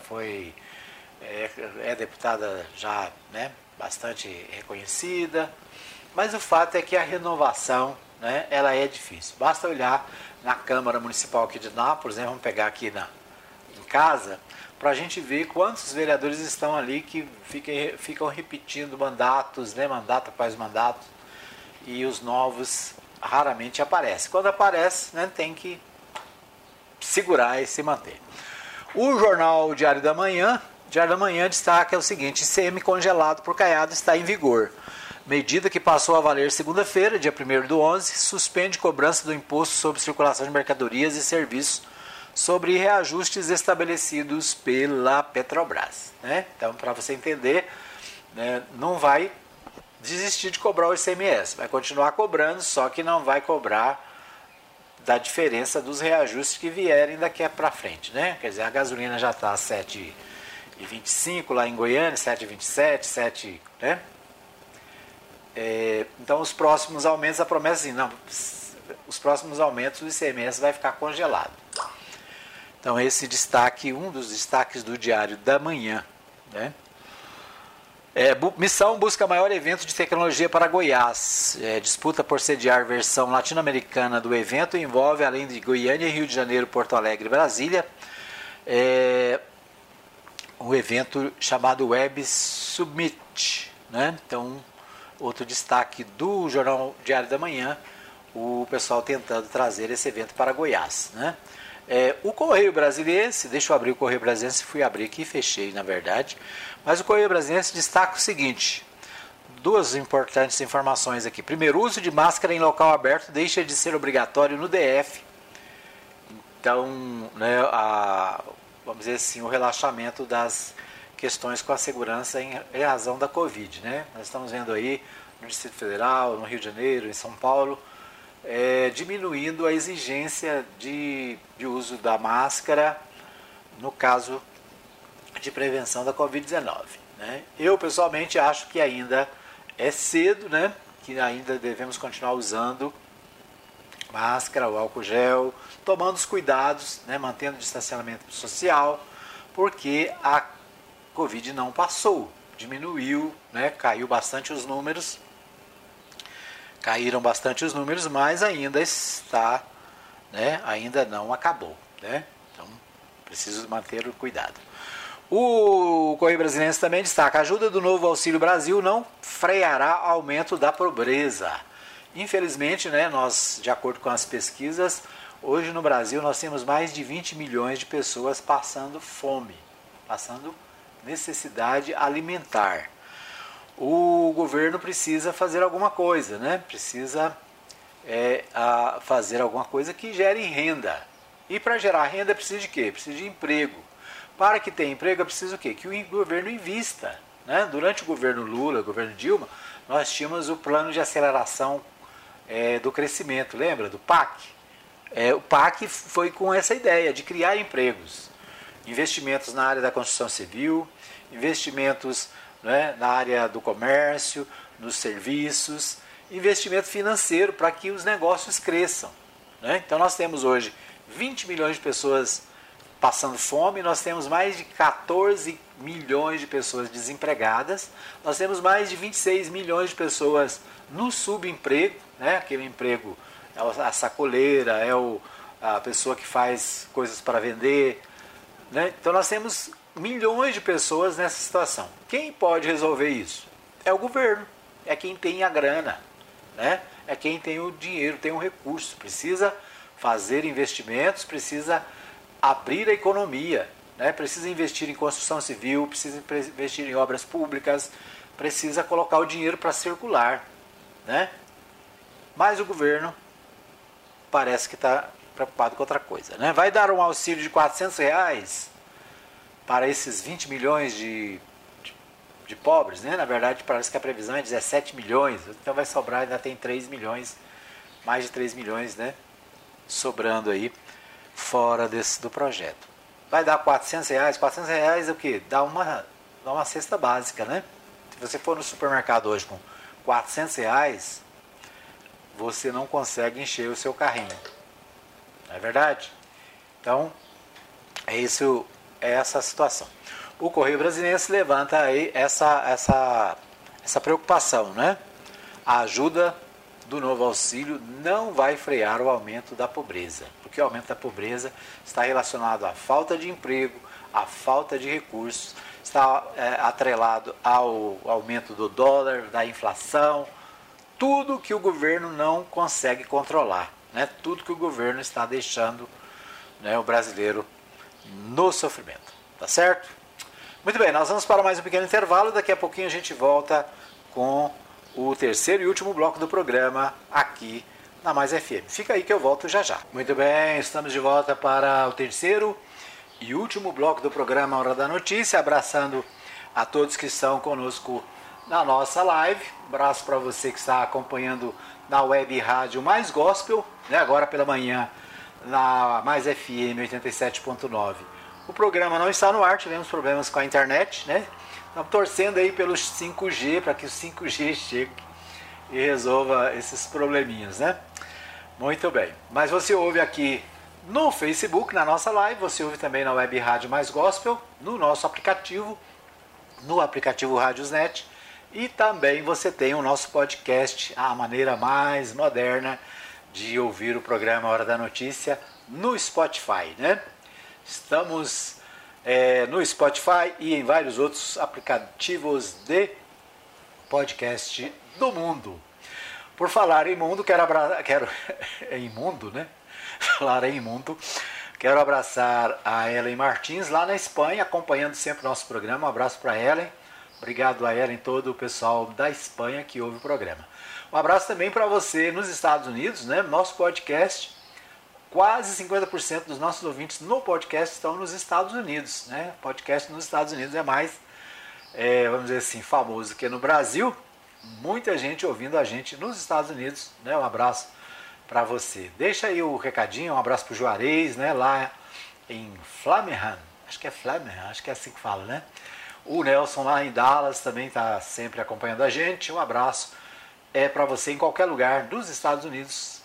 é deputada já, né, bastante reconhecida, mas o fato é que a renovação, né, ela é difícil. Basta olhar na Câmara Municipal aqui de Nápoles, né, vamos pegar aqui em casa, para a gente ver quantos vereadores estão ali que ficam repetindo mandatos, né, mandato após mandato, e os novos raramente aparecem. Quando aparece, né, tem que segurar e se manter. O jornal Diário da Manhã destaca o seguinte: ICM congelado por Caiado está em vigor. Medida que passou a valer segunda-feira, dia 1º/11, suspende cobrança do imposto sobre circulação de mercadorias e serviços sobre reajustes estabelecidos pela Petrobras, né? Então, para você entender, né, não vai desistir de cobrar o ICMS, vai continuar cobrando, só que não vai cobrar da diferença dos reajustes que vierem daqui para frente, né? Quer dizer, a gasolina já está a 7,25 lá em Goiânia, 7,27, 7, né? Então, os próximos aumentos, a promessa é assim, não, os próximos aumentos o ICMS vai ficar congelado. Então, esse destaque, um dos destaques do Diário da Manhã, né? Missão busca maior evento de tecnologia para Goiás. Disputa por sediar versão latino-americana do evento envolve, além de Goiânia, Rio de Janeiro, Porto Alegre e Brasília, um evento chamado Web Summit, né? Então, outro destaque do Jornal Diário da Manhã, o pessoal tentando trazer esse evento para Goiás, né? O Correio Brasiliense, deixa eu abrir o Correio Brasiliense, fui abrir aqui e fechei, na verdade, mas o Correio Brasiliense destaca o seguinte: duas importantes informações aqui. Primeiro, o uso de máscara em local aberto deixa de ser obrigatório no DF. Então, né, vamos dizer assim, o relaxamento das questões com a segurança em razão da Covid, né? Nós estamos vendo aí no Distrito Federal, no Rio de Janeiro, em São Paulo, diminuindo a exigência de uso da máscara no caso de prevenção da Covid-19, né? Eu, pessoalmente, acho que ainda é cedo, né? Que ainda devemos continuar usando máscara, o álcool gel, tomando os cuidados, né? Mantendo o distanciamento social, porque a Covid não passou, diminuiu, né? Caíram bastante os números, mas ainda está, né? Ainda não acabou, né? Então, preciso manter o cuidado. O Correio Brasiliense também destaca: a ajuda do novo Auxílio Brasil não freará aumento da pobreza. Infelizmente, né, nós, de acordo com as pesquisas, hoje no Brasil nós temos mais de 20 milhões de pessoas passando fome, passando necessidade alimentar. O governo precisa fazer alguma coisa, né? Precisa fazer alguma coisa que gere renda. E para gerar renda precisa de quê? Precisa de emprego. Para que tenha emprego é preciso o quê? Que o governo invista, né? Durante o governo Lula, o governo Dilma, nós tínhamos o plano de aceleração do crescimento, lembra? Do PAC. O PAC foi com essa ideia de criar empregos. Investimentos na área da construção civil, investimentos, né, na área do comércio, nos serviços, investimento financeiro para que os negócios cresçam, né? Então nós temos hoje 20 milhões de pessoas passando fome, nós temos mais de 14 milhões de pessoas desempregadas, nós temos mais de 26 milhões de pessoas no subemprego, né? Aquele emprego é a sacoleira, a pessoa que faz coisas para vender, né? Então nós temos milhões de pessoas nessa situação. Quem pode resolver isso? É o governo, é quem tem a grana, né? É quem tem o dinheiro, tem o recurso, precisa fazer investimentos, precisa abrir a economia, né? Precisa investir em construção civil, precisa investir em obras públicas, precisa colocar o dinheiro para circular, né? Mas o governo parece que está preocupado com outra coisa, né? Vai dar um auxílio de R$400 para esses 20 milhões de pobres, né? Na verdade, parece que a previsão é 17 milhões, então vai sobrar, ainda tem 3 milhões, mais de 3 milhões, né? Sobrando aí, fora do projeto. Vai dar R$400, R$400 é o quê? Dá uma cesta básica, né? Se você for no supermercado hoje com R$400, você não consegue encher o seu carrinho, não é verdade? Então, é essa situação. O Correio Brasiliense levanta aí essa preocupação, né? A ajuda do novo auxílio não vai frear o aumento da pobreza, porque o aumento da pobreza está relacionado à falta de emprego, à falta de recursos, está atrelado ao aumento do dólar, da inflação, tudo que o governo não consegue controlar, né? Tudo que o governo está deixando, né, o brasileiro no sofrimento, tá certo? Muito bem, nós vamos para mais um pequeno intervalo, daqui a pouquinho a gente volta com o terceiro e último bloco do programa aqui na Mais FM. Fica aí que eu volto já já. Muito bem, estamos de volta para o terceiro e último bloco do programa Hora da Notícia, abraçando a todos que estão conosco na nossa live. Um abraço para você que está acompanhando na web rádio Mais Gospel, né, agora pela manhã na Mais FM 87.9. O programa não está no ar, tivemos problemas com a internet, né? Estamos torcendo aí pelos 5G, para que o 5G chegue e resolva esses probleminhas, né? Muito bem. Mas você ouve aqui no Facebook, na nossa live, você ouve também na web rádio Mais Gospel, no nosso aplicativo, no aplicativo Rádiosnet, e também você tem o nosso podcast, a maneira mais moderna de ouvir o programa Hora da Notícia, no Spotify, né? Estamos no Spotify e em vários outros aplicativos de podcast do mundo. Por falar em mundo, em mundo, né? Falar em mundo, quero abraçar a Ellen Martins lá na Espanha, acompanhando sempre o nosso programa. Um abraço para a Ellen. Obrigado a Ellen, todo o pessoal da Espanha que ouve o programa. Um abraço também para você nos Estados Unidos, né? Nosso podcast, quase 50% dos nossos ouvintes no podcast estão nos Estados Unidos, né? Podcast nos Estados Unidos é mais, vamos dizer assim, famoso que no Brasil. Muita gente ouvindo a gente nos Estados Unidos, né? Um abraço para você. Deixa aí o recadinho, um abraço para o Juarez, né? Lá em Framingham, acho que é assim que fala, né? O Nelson lá em Dallas também está sempre acompanhando a gente. Um abraço para você em qualquer lugar dos Estados Unidos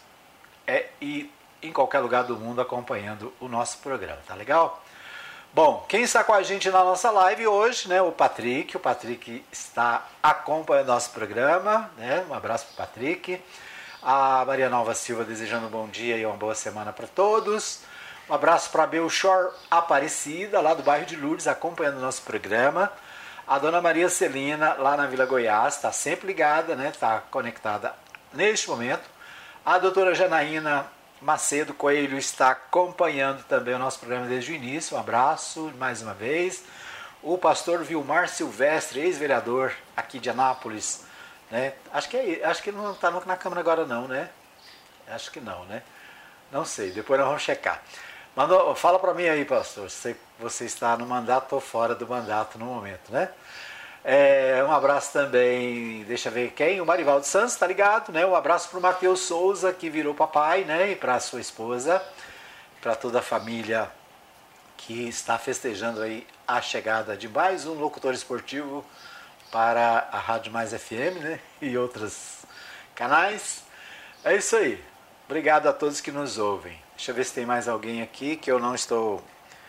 e em qualquer lugar do mundo acompanhando o nosso programa, tá legal? Bom, quem está com a gente na nossa live hoje, né, o Patrick está acompanhando nosso programa, né, um abraço para o Patrick, a Maria Nova Silva desejando um bom dia e uma boa semana para todos, um abraço para a Belchor Aparecida, lá do bairro de Lourdes, acompanhando o nosso programa, a Dona Maria Celina, lá na Vila Goiás, está sempre ligada, né, está conectada neste momento, a doutora Janaína Macedo Coelho está acompanhando também o nosso programa desde o início. Um abraço mais uma vez. O pastor Vilmar Silvestre, ex-vereador aqui de Anápolis, né? Acho que ele não está na Câmara agora não, né? Acho que não, né? Não sei, depois nós vamos checar. Fala para mim aí, pastor, se você está no mandato ou fora do mandato no momento, né? Um abraço também, deixa eu ver quem, o Marivaldo Santos, tá ligado, né? Um abraço para o Matheus Souza, que virou papai, né? E para a sua esposa, para toda a família que está festejando aí a chegada de mais um locutor esportivo para a Rádio Mais FM, né? E outros canais. É isso aí. Obrigado a todos que nos ouvem. Deixa eu ver se tem mais alguém aqui que eu não estou...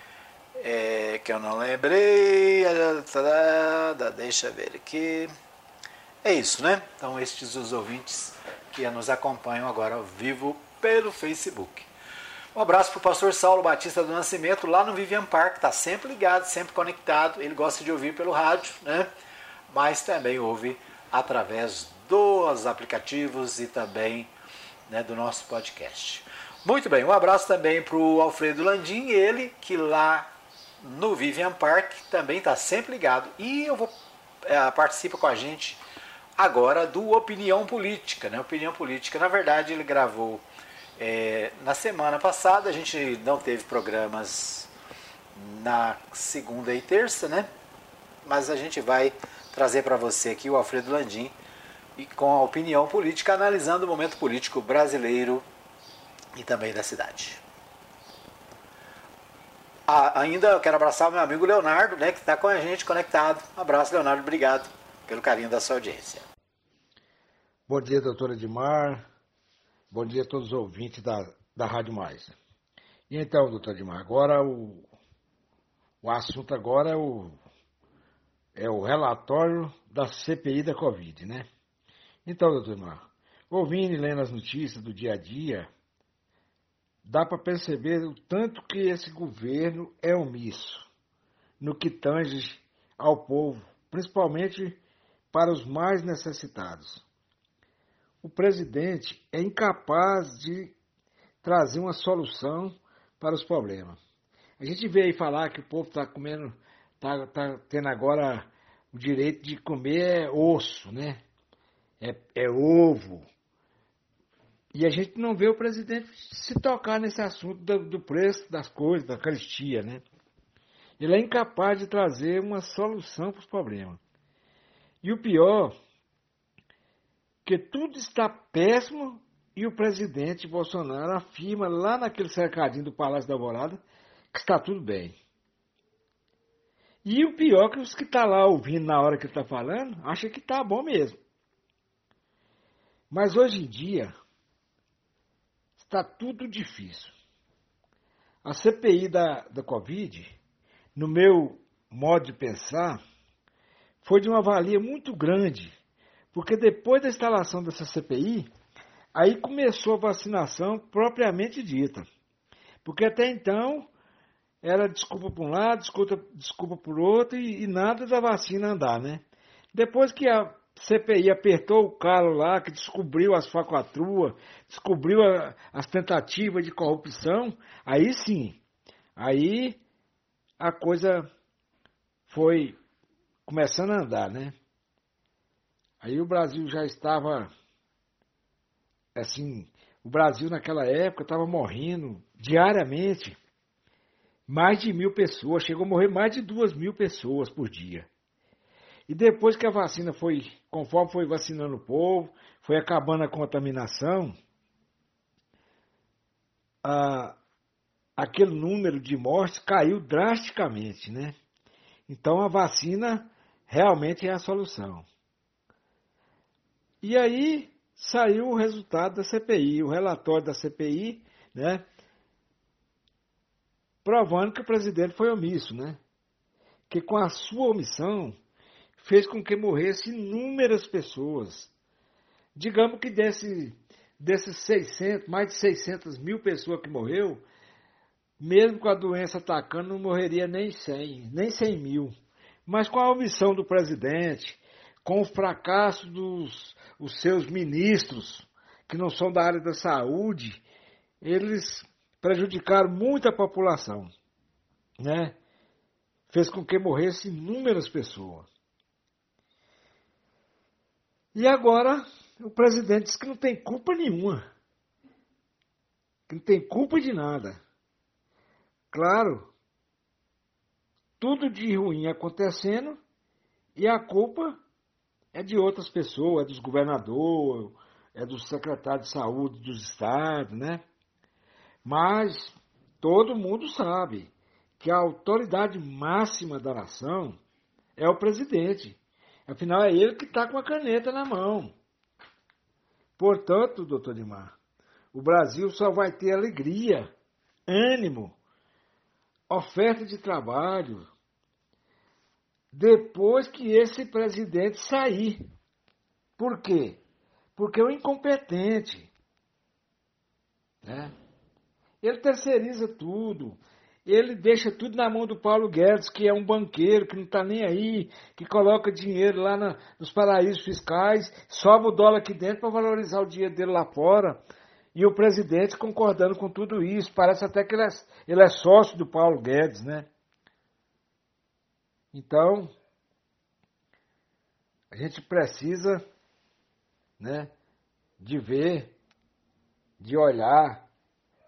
que eu não lembrei, deixa eu ver aqui, é isso, né? Então estes os ouvintes que nos acompanham agora ao vivo pelo Facebook. Um abraço para o pastor Saulo Batista do Nascimento, lá no Vivian Park, está sempre ligado, sempre conectado, ele gosta de ouvir pelo rádio, né? Mas também ouve através dos aplicativos e também, né, do nosso podcast. Muito bem, um abraço também para o Alfredo Landim, ele que lá no Vivian Park também está sempre ligado. E participa com a gente agora do Opinião Política, né? Opinião Política, na verdade ele gravou Na semana passada a gente não teve programas na segunda e terça, né? Mas a gente vai trazer para você aqui o Alfredo Landim e com a opinião política, analisando o momento político brasileiro e também da cidade. Ainda eu quero abraçar o meu amigo Leonardo, né, que está com a gente conectado. Um abraço, Leonardo, obrigado pelo carinho da sua audiência. Bom dia, doutora Edmar. Bom dia a todos os ouvintes da Rádio Mais. E então, doutora Edmar, agora o assunto agora é o relatório da CPI da Covid, né? Então, doutor Edmar, ouvindo e lendo as notícias do dia a dia, dá para perceber o tanto que esse governo é omisso no que tange ao povo, principalmente para os mais necessitados. O presidente é incapaz de trazer uma solução para os problemas. A gente vê aí falar que o povo está comendo, está tendo agora o direito de comer osso, né? É ovo. E a gente não vê o presidente se tocar nesse assunto do preço das coisas, da caristia, né? Ele é incapaz de trazer uma solução para os problemas. E o pior, que tudo está péssimo e o presidente Bolsonaro afirma lá naquele cercadinho do Palácio da Alvorada que está tudo bem. E o pior que os que estão lá ouvindo na hora que ele está falando, acham que está bom mesmo. Mas hoje em dia, está tudo difícil. A CPI da Covid, no meu modo de pensar, foi de uma valia muito grande, porque depois da instalação dessa CPI, aí começou a vacinação propriamente dita. Porque até então era desculpa por um lado, desculpa por outro e nada da vacina andar, né? Depois que a CPI apertou o calo lá, que descobriu as falcatruas, descobriu as tentativas de corrupção, aí sim, aí a coisa foi começando a andar, né? Aí o Brasil já estava, assim, o Brasil naquela época estava morrendo diariamente mais de 1.000 pessoas, chegou a morrer mais de 2.000 pessoas por dia. E depois que a vacina foi, conforme foi vacinando o povo, foi acabando a contaminação, aquele número de mortes caiu drasticamente, né? Então a vacina realmente é a solução. E aí saiu o resultado da CPI, o relatório da CPI, né? Provando que o presidente foi omisso, né? Que com a sua omissão fez com que morressem inúmeras pessoas. Digamos que desses 600, mais de 600 mil pessoas que morreu, mesmo com a doença atacando, não morreria nem 100 mil. Mas com a omissão do presidente, com o fracasso dos seus ministros, que não são da área da saúde, eles prejudicaram muito a população, né? Fez com que morressem inúmeras pessoas. E agora o presidente diz que não tem culpa nenhuma, que não tem culpa de nada. Claro, tudo de ruim acontecendo e a culpa é de outras pessoas, é dos governadores, é do secretário de saúde dos estados, né? Mas todo mundo sabe que a autoridade máxima da nação é o presidente. Afinal, é ele que está com a caneta na mão. Portanto, doutor Edmar, o Brasil só vai ter alegria, ânimo, oferta de trabalho, depois que esse presidente sair. Por quê? Porque é um incompetente, né? Ele terceiriza tudo. Ele deixa tudo na mão do Paulo Guedes, que é um banqueiro, que não está nem aí, que coloca dinheiro lá nos paraísos fiscais, sobe o dólar aqui dentro para valorizar o dinheiro dele lá fora. E o presidente concordando com tudo isso. Parece até que ele é sócio do Paulo Guedes, né? Então, a gente precisa, né, de ver, de olhar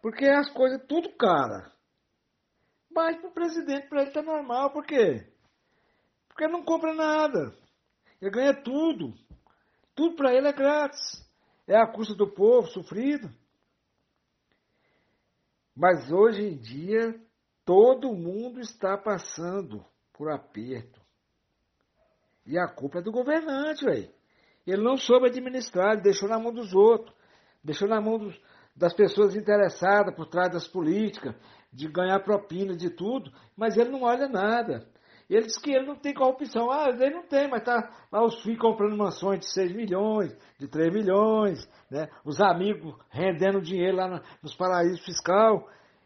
Porque as coisas tudo cara. Mas para o presidente, para ele está normal. Por quê? Porque ele não compra nada. Ele ganha tudo. Tudo para ele é grátis. É a custa do povo sofrido. Mas hoje em dia, todo mundo está passando por aperto. E a culpa é do governante, velho. Ele não soube administrar, ele deixou na mão dos outros. Deixou na mão das pessoas interessadas por trás das políticas, de ganhar propina, de tudo. Mas ele não olha nada. Ele diz que ele não tem corrupção. Ah, ele não tem, mas tá lá os filhos comprando mansões de 6 milhões, de 3 milhões, né? Os amigos rendendo dinheiro lá nos paraísos fiscais.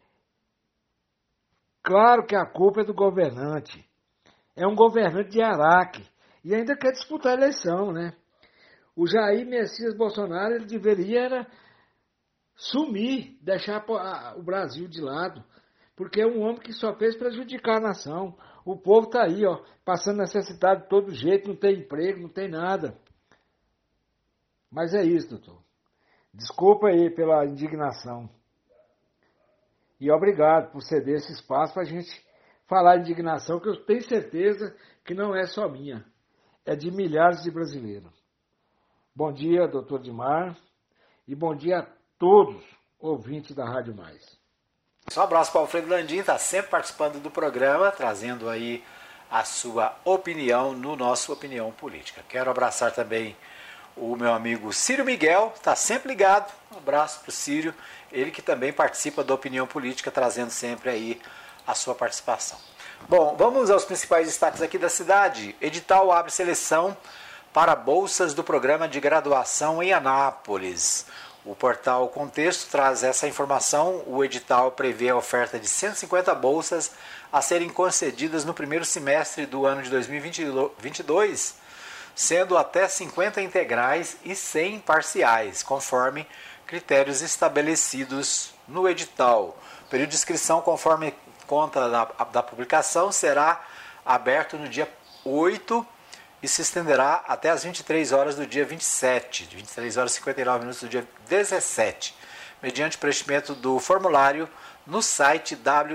Claro que a culpa é do governante. É um governante de Araque. E ainda quer disputar a eleição, né? O Jair Messias Bolsonaro, ele deveria sumir, deixar o Brasil de lado. Porque é um homem que só fez prejudicar a nação. O povo está aí, ó, passando necessidade de todo jeito, não tem emprego, não tem nada. Mas é isso, doutor. Desculpa aí pela indignação. E obrigado por ceder esse espaço para a gente falar de indignação, que eu tenho certeza que não é só minha. É de milhares de brasileiros. Bom dia, doutor Dimar. E bom dia a todos ouvintes da Rádio Mais. Um abraço para o Alfredo Landim, está sempre participando do programa, trazendo aí a sua opinião no nosso Opinião Política. Quero abraçar também o meu amigo Círio Miguel, está sempre ligado. Um abraço para o Círio, ele que também participa da Opinião Política, trazendo sempre aí a sua participação. Bom, vamos aos principais destaques aqui da cidade. Edital abre seleção para bolsas do programa de graduação em Anápolis. O portal Contexto traz essa informação. O edital prevê a oferta de 150 bolsas a serem concedidas no primeiro semestre do ano de 2022, sendo até 50 integrais e 100 parciais, conforme critérios estabelecidos no edital. O período de inscrição, conforme conta da publicação, será aberto no dia 8 e se estenderá até as 23 horas do dia 27, 23 horas e 59 minutos do dia 17, mediante preenchimento do formulário no site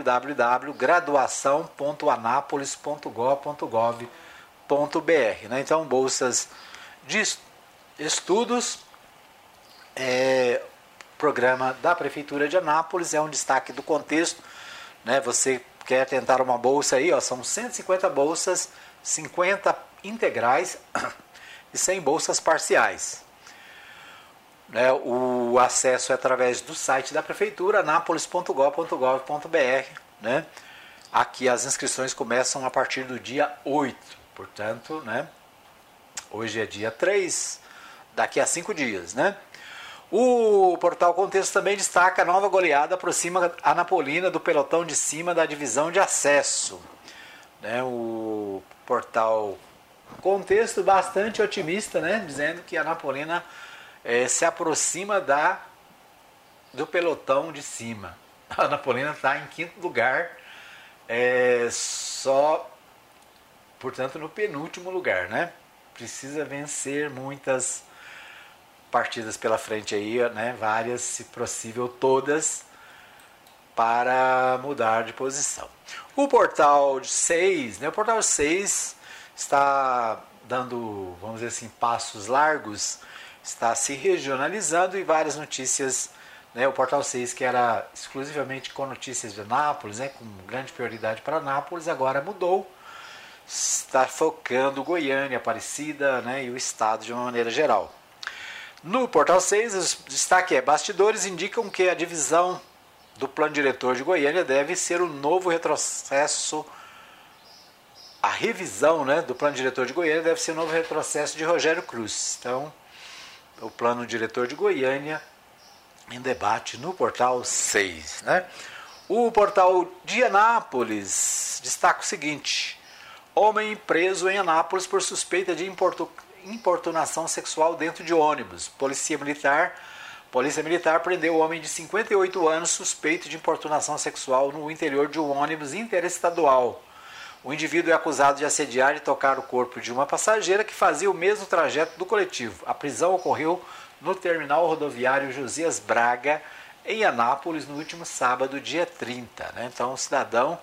www.graduação.anapolis.gov.br. Então, bolsas de estudos, programa da Prefeitura de Anápolis, é um destaque do Contexto. Você quer tentar uma bolsa aí, são 150 bolsas, 50 integrais e 100 bolsas parciais. O acesso é através do site da Prefeitura, anapolis.gov.br. Aqui as inscrições começam a partir do dia 8, portanto, hoje é dia 3, daqui a 5 dias. O portal Contexto também destaca: a nova goleada aproxima a Anapolina do pelotão de cima da divisão de acesso. O portal Contexto bastante otimista, dizendo que a Anapolina se aproxima do pelotão de cima. A Anapolina está em 5º lugar, só, portanto, no penúltimo lugar. Precisa vencer muitas partidas pela frente aí, várias, se possível todas, para mudar de posição. O portal 6, o portal 6 está dando, vamos dizer assim, passos largos, está se regionalizando e várias notícias, o portal 6, que era exclusivamente com notícias de Anápolis, com grande prioridade para Anápolis, agora mudou, está focando Goiânia, Aparecida, e o estado de uma maneira geral. No portal 6, o destaque é: bastidores indicam que a divisão do plano diretor de Goiânia deve ser o novo retrocesso. A revisão do plano diretor de Goiânia deve ser o novo retrocesso de Rogério Cruz. Então, o plano diretor de Goiânia em debate no portal 6. O portal de Anápolis destaca o seguinte: homem preso em Anápolis por suspeita de importunação sexual dentro de ônibus. Polícia Militar prendeu o homem de 58 anos suspeito de importunação sexual no interior de um ônibus interestadual. O indivíduo é acusado de assediar e tocar o corpo de uma passageira que fazia o mesmo trajeto do coletivo. A prisão ocorreu no terminal rodoviário Josias Braga, em Anápolis no último sábado, dia 30. Né? Então, um cidadão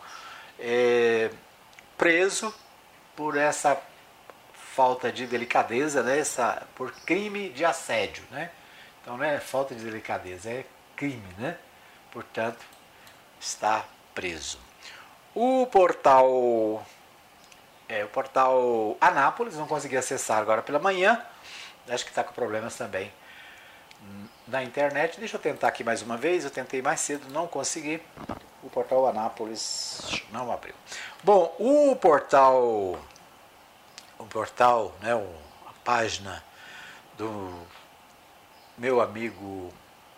preso por essa falta de delicadeza, né? Por crime de assédio. Né? Então, não é falta de delicadeza, é crime. Né? Portanto, está preso. O portal Anápolis, não consegui acessar agora pela manhã, acho que está com problemas também na internet. Deixa eu tentar aqui mais uma vez, eu tentei mais cedo, não consegui. O portal Anápolis não abriu. Bom, o portal, né, a página do meu amigo,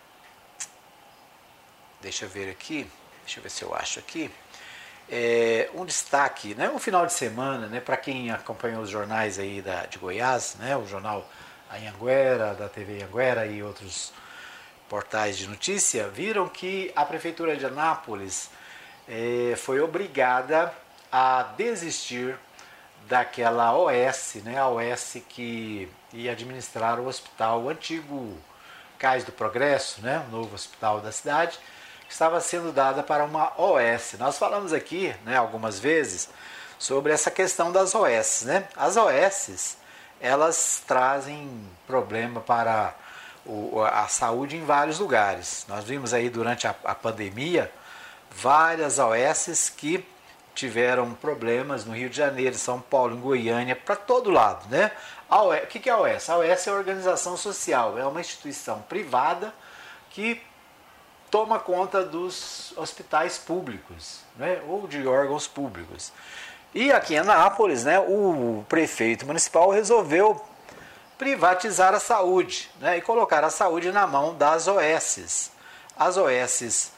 deixa eu ver se eu acho aqui. Um destaque, né, um final de semana, né, para quem acompanhou os jornais aí de Goiás, né, o jornal Anhanguera, da TV Anhanguera e outros portais de notícia, viram que a Prefeitura de Anápolis foi obrigada a desistir daquela OS, né, a OS que ia administrar o hospital, o antigo Cais do Progresso, né, o novo hospital da cidade, que estava sendo dada para uma OS. Nós falamos aqui, né, algumas vezes sobre essa questão das OS. Né? As OS, elas trazem problema para a saúde em vários lugares. Nós vimos aí durante a pandemia várias OS que tiveram problemas no Rio de Janeiro, São Paulo, em Goiânia, para todo lado. Né? O que é a OS? A OS é a organização social, é uma instituição privada que toma conta dos hospitais públicos, né? Ou de órgãos públicos. E aqui em Anápolis, né, o prefeito municipal resolveu privatizar a saúde, né, e colocar a saúde na mão das OS. As OS,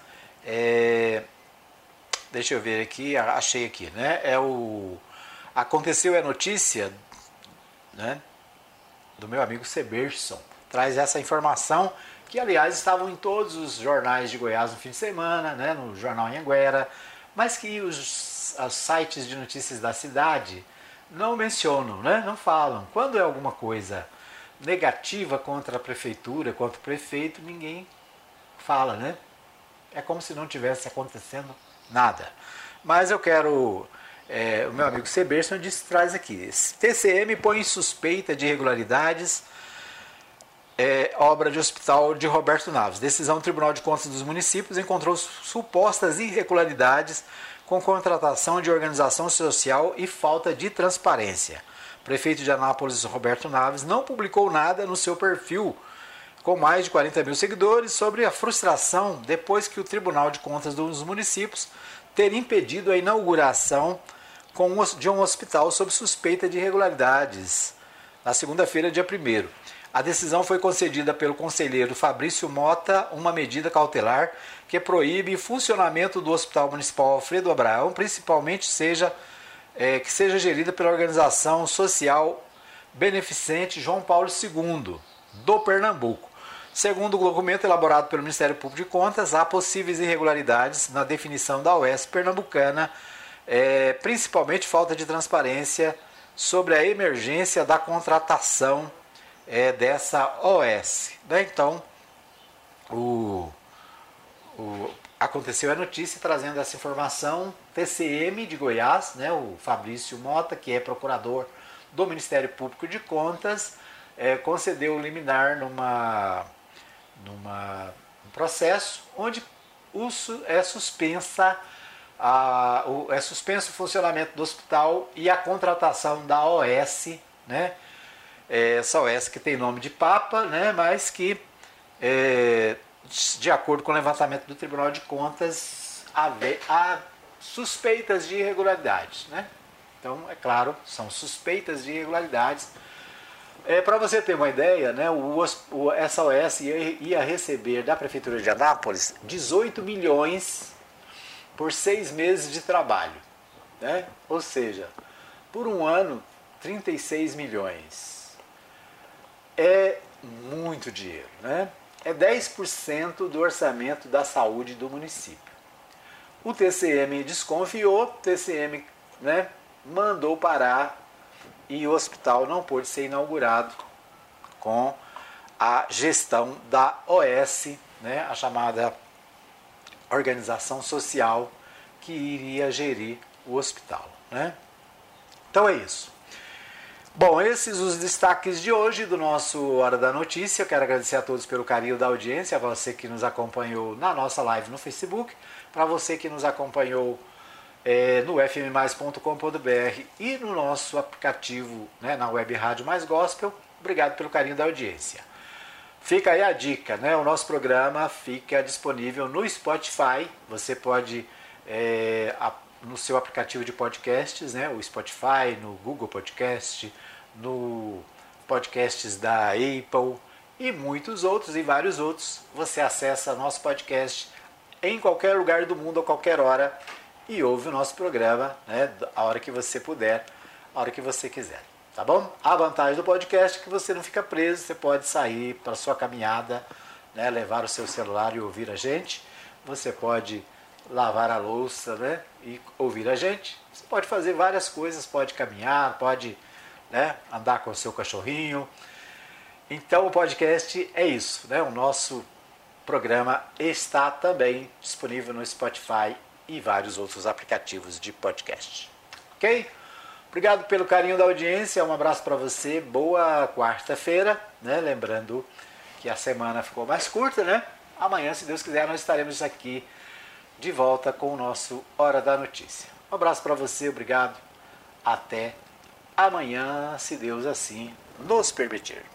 deixa eu ver aqui, achei aqui, né, aconteceu a notícia, né, do meu amigo Seberson, traz essa informação, que aliás estavam em todos os jornais de Goiás no fim de semana, né, no jornal Anhanguera, mas que os sites de notícias da cidade não mencionam, né, não falam. Quando é alguma coisa negativa contra a prefeitura, contra o prefeito, ninguém fala, né? É como se não tivesse acontecendo nada. Mas eu quero... o meu amigo Seberson traz aqui. TCM põe em suspeita de irregularidades obra de hospital de Roberto Naves. Decisão do Tribunal de Contas dos Municípios encontrou supostas irregularidades com contratação de organização social e falta de transparência. O prefeito de Anápolis, Roberto Naves, não publicou nada no seu perfil, com mais de 40 mil seguidores, sobre a frustração depois que o Tribunal de Contas dos Municípios ter impedido a inauguração de um hospital sob suspeita de irregularidades, na segunda-feira, dia 1º. A decisão foi concedida pelo conselheiro Fabrício Mota, uma medida cautelar que proíbe o funcionamento do Hospital Municipal Alfredo Abraão, principalmente que seja gerida pela organização social beneficente João Paulo II, do Pernambuco. Segundo o documento elaborado pelo Ministério Público de Contas, há possíveis irregularidades na definição da OS pernambucana, principalmente falta de transparência sobre a emergência da contratação dessa OS. Né? Então, aconteceu a notícia trazendo essa informação. TCM de Goiás, né, o Fabrício Mota, que é procurador do Ministério Público de Contas, concedeu liminar num processo onde é suspenso o funcionamento do hospital e a contratação da OS, né? Essa OS que tem nome de Papa, né? Mas que, de acordo com o levantamento do Tribunal de Contas, há suspeitas de irregularidades, né? Então, é claro, são suspeitas de irregularidades. Para você ter uma ideia, né, essa OS ia receber da Prefeitura de Anápolis 18 milhões por 6 meses de trabalho. Né? Ou seja, por um ano, 36 milhões. É muito dinheiro. Né? É 10% do orçamento da saúde do município. O TCM desconfiou, o TCM, né, mandou parar e o hospital não pôde ser inaugurado com a gestão da OS né, a chamada organização social que iria gerir o hospital, né? Então é isso. Bom, esses os destaques de hoje do nosso Hora da Notícia. Eu quero agradecer a todos pelo carinho da audiência, a você que nos acompanhou na nossa live no Facebook, para você que nos acompanhou no fmmais.com.br e no nosso aplicativo, né, na web Rádio Mais Gospel. Obrigado pelo carinho da audiência. Fica aí a dica, né? O nosso programa fica disponível no Spotify. Você pode, no seu aplicativo de podcasts, né? O Spotify, no Google Podcast, no podcasts da Apple e muitos outros e vários outros. Você acessa nosso podcast em qualquer lugar do mundo, a qualquer hora, e ouve o nosso programa, né? A hora que você puder, a hora que você quiser. Tá bom? A vantagem do podcast é que você não fica preso, você pode sair para sua caminhada, né, levar o seu celular e ouvir a gente. Você pode lavar a louça, né, e ouvir a gente. Você pode fazer várias coisas, pode caminhar, pode, né, andar com o seu cachorrinho. Então o podcast é isso, né? O nosso programa está também disponível no Spotify e vários outros aplicativos de podcast. Ok? Obrigado pelo carinho da audiência, um abraço para você, boa quarta-feira, né? Lembrando que a semana ficou mais curta, né? Amanhã, se Deus quiser, nós estaremos aqui de volta com o nosso Hora da Notícia. Um abraço para você, obrigado, até amanhã, se Deus assim nos permitir.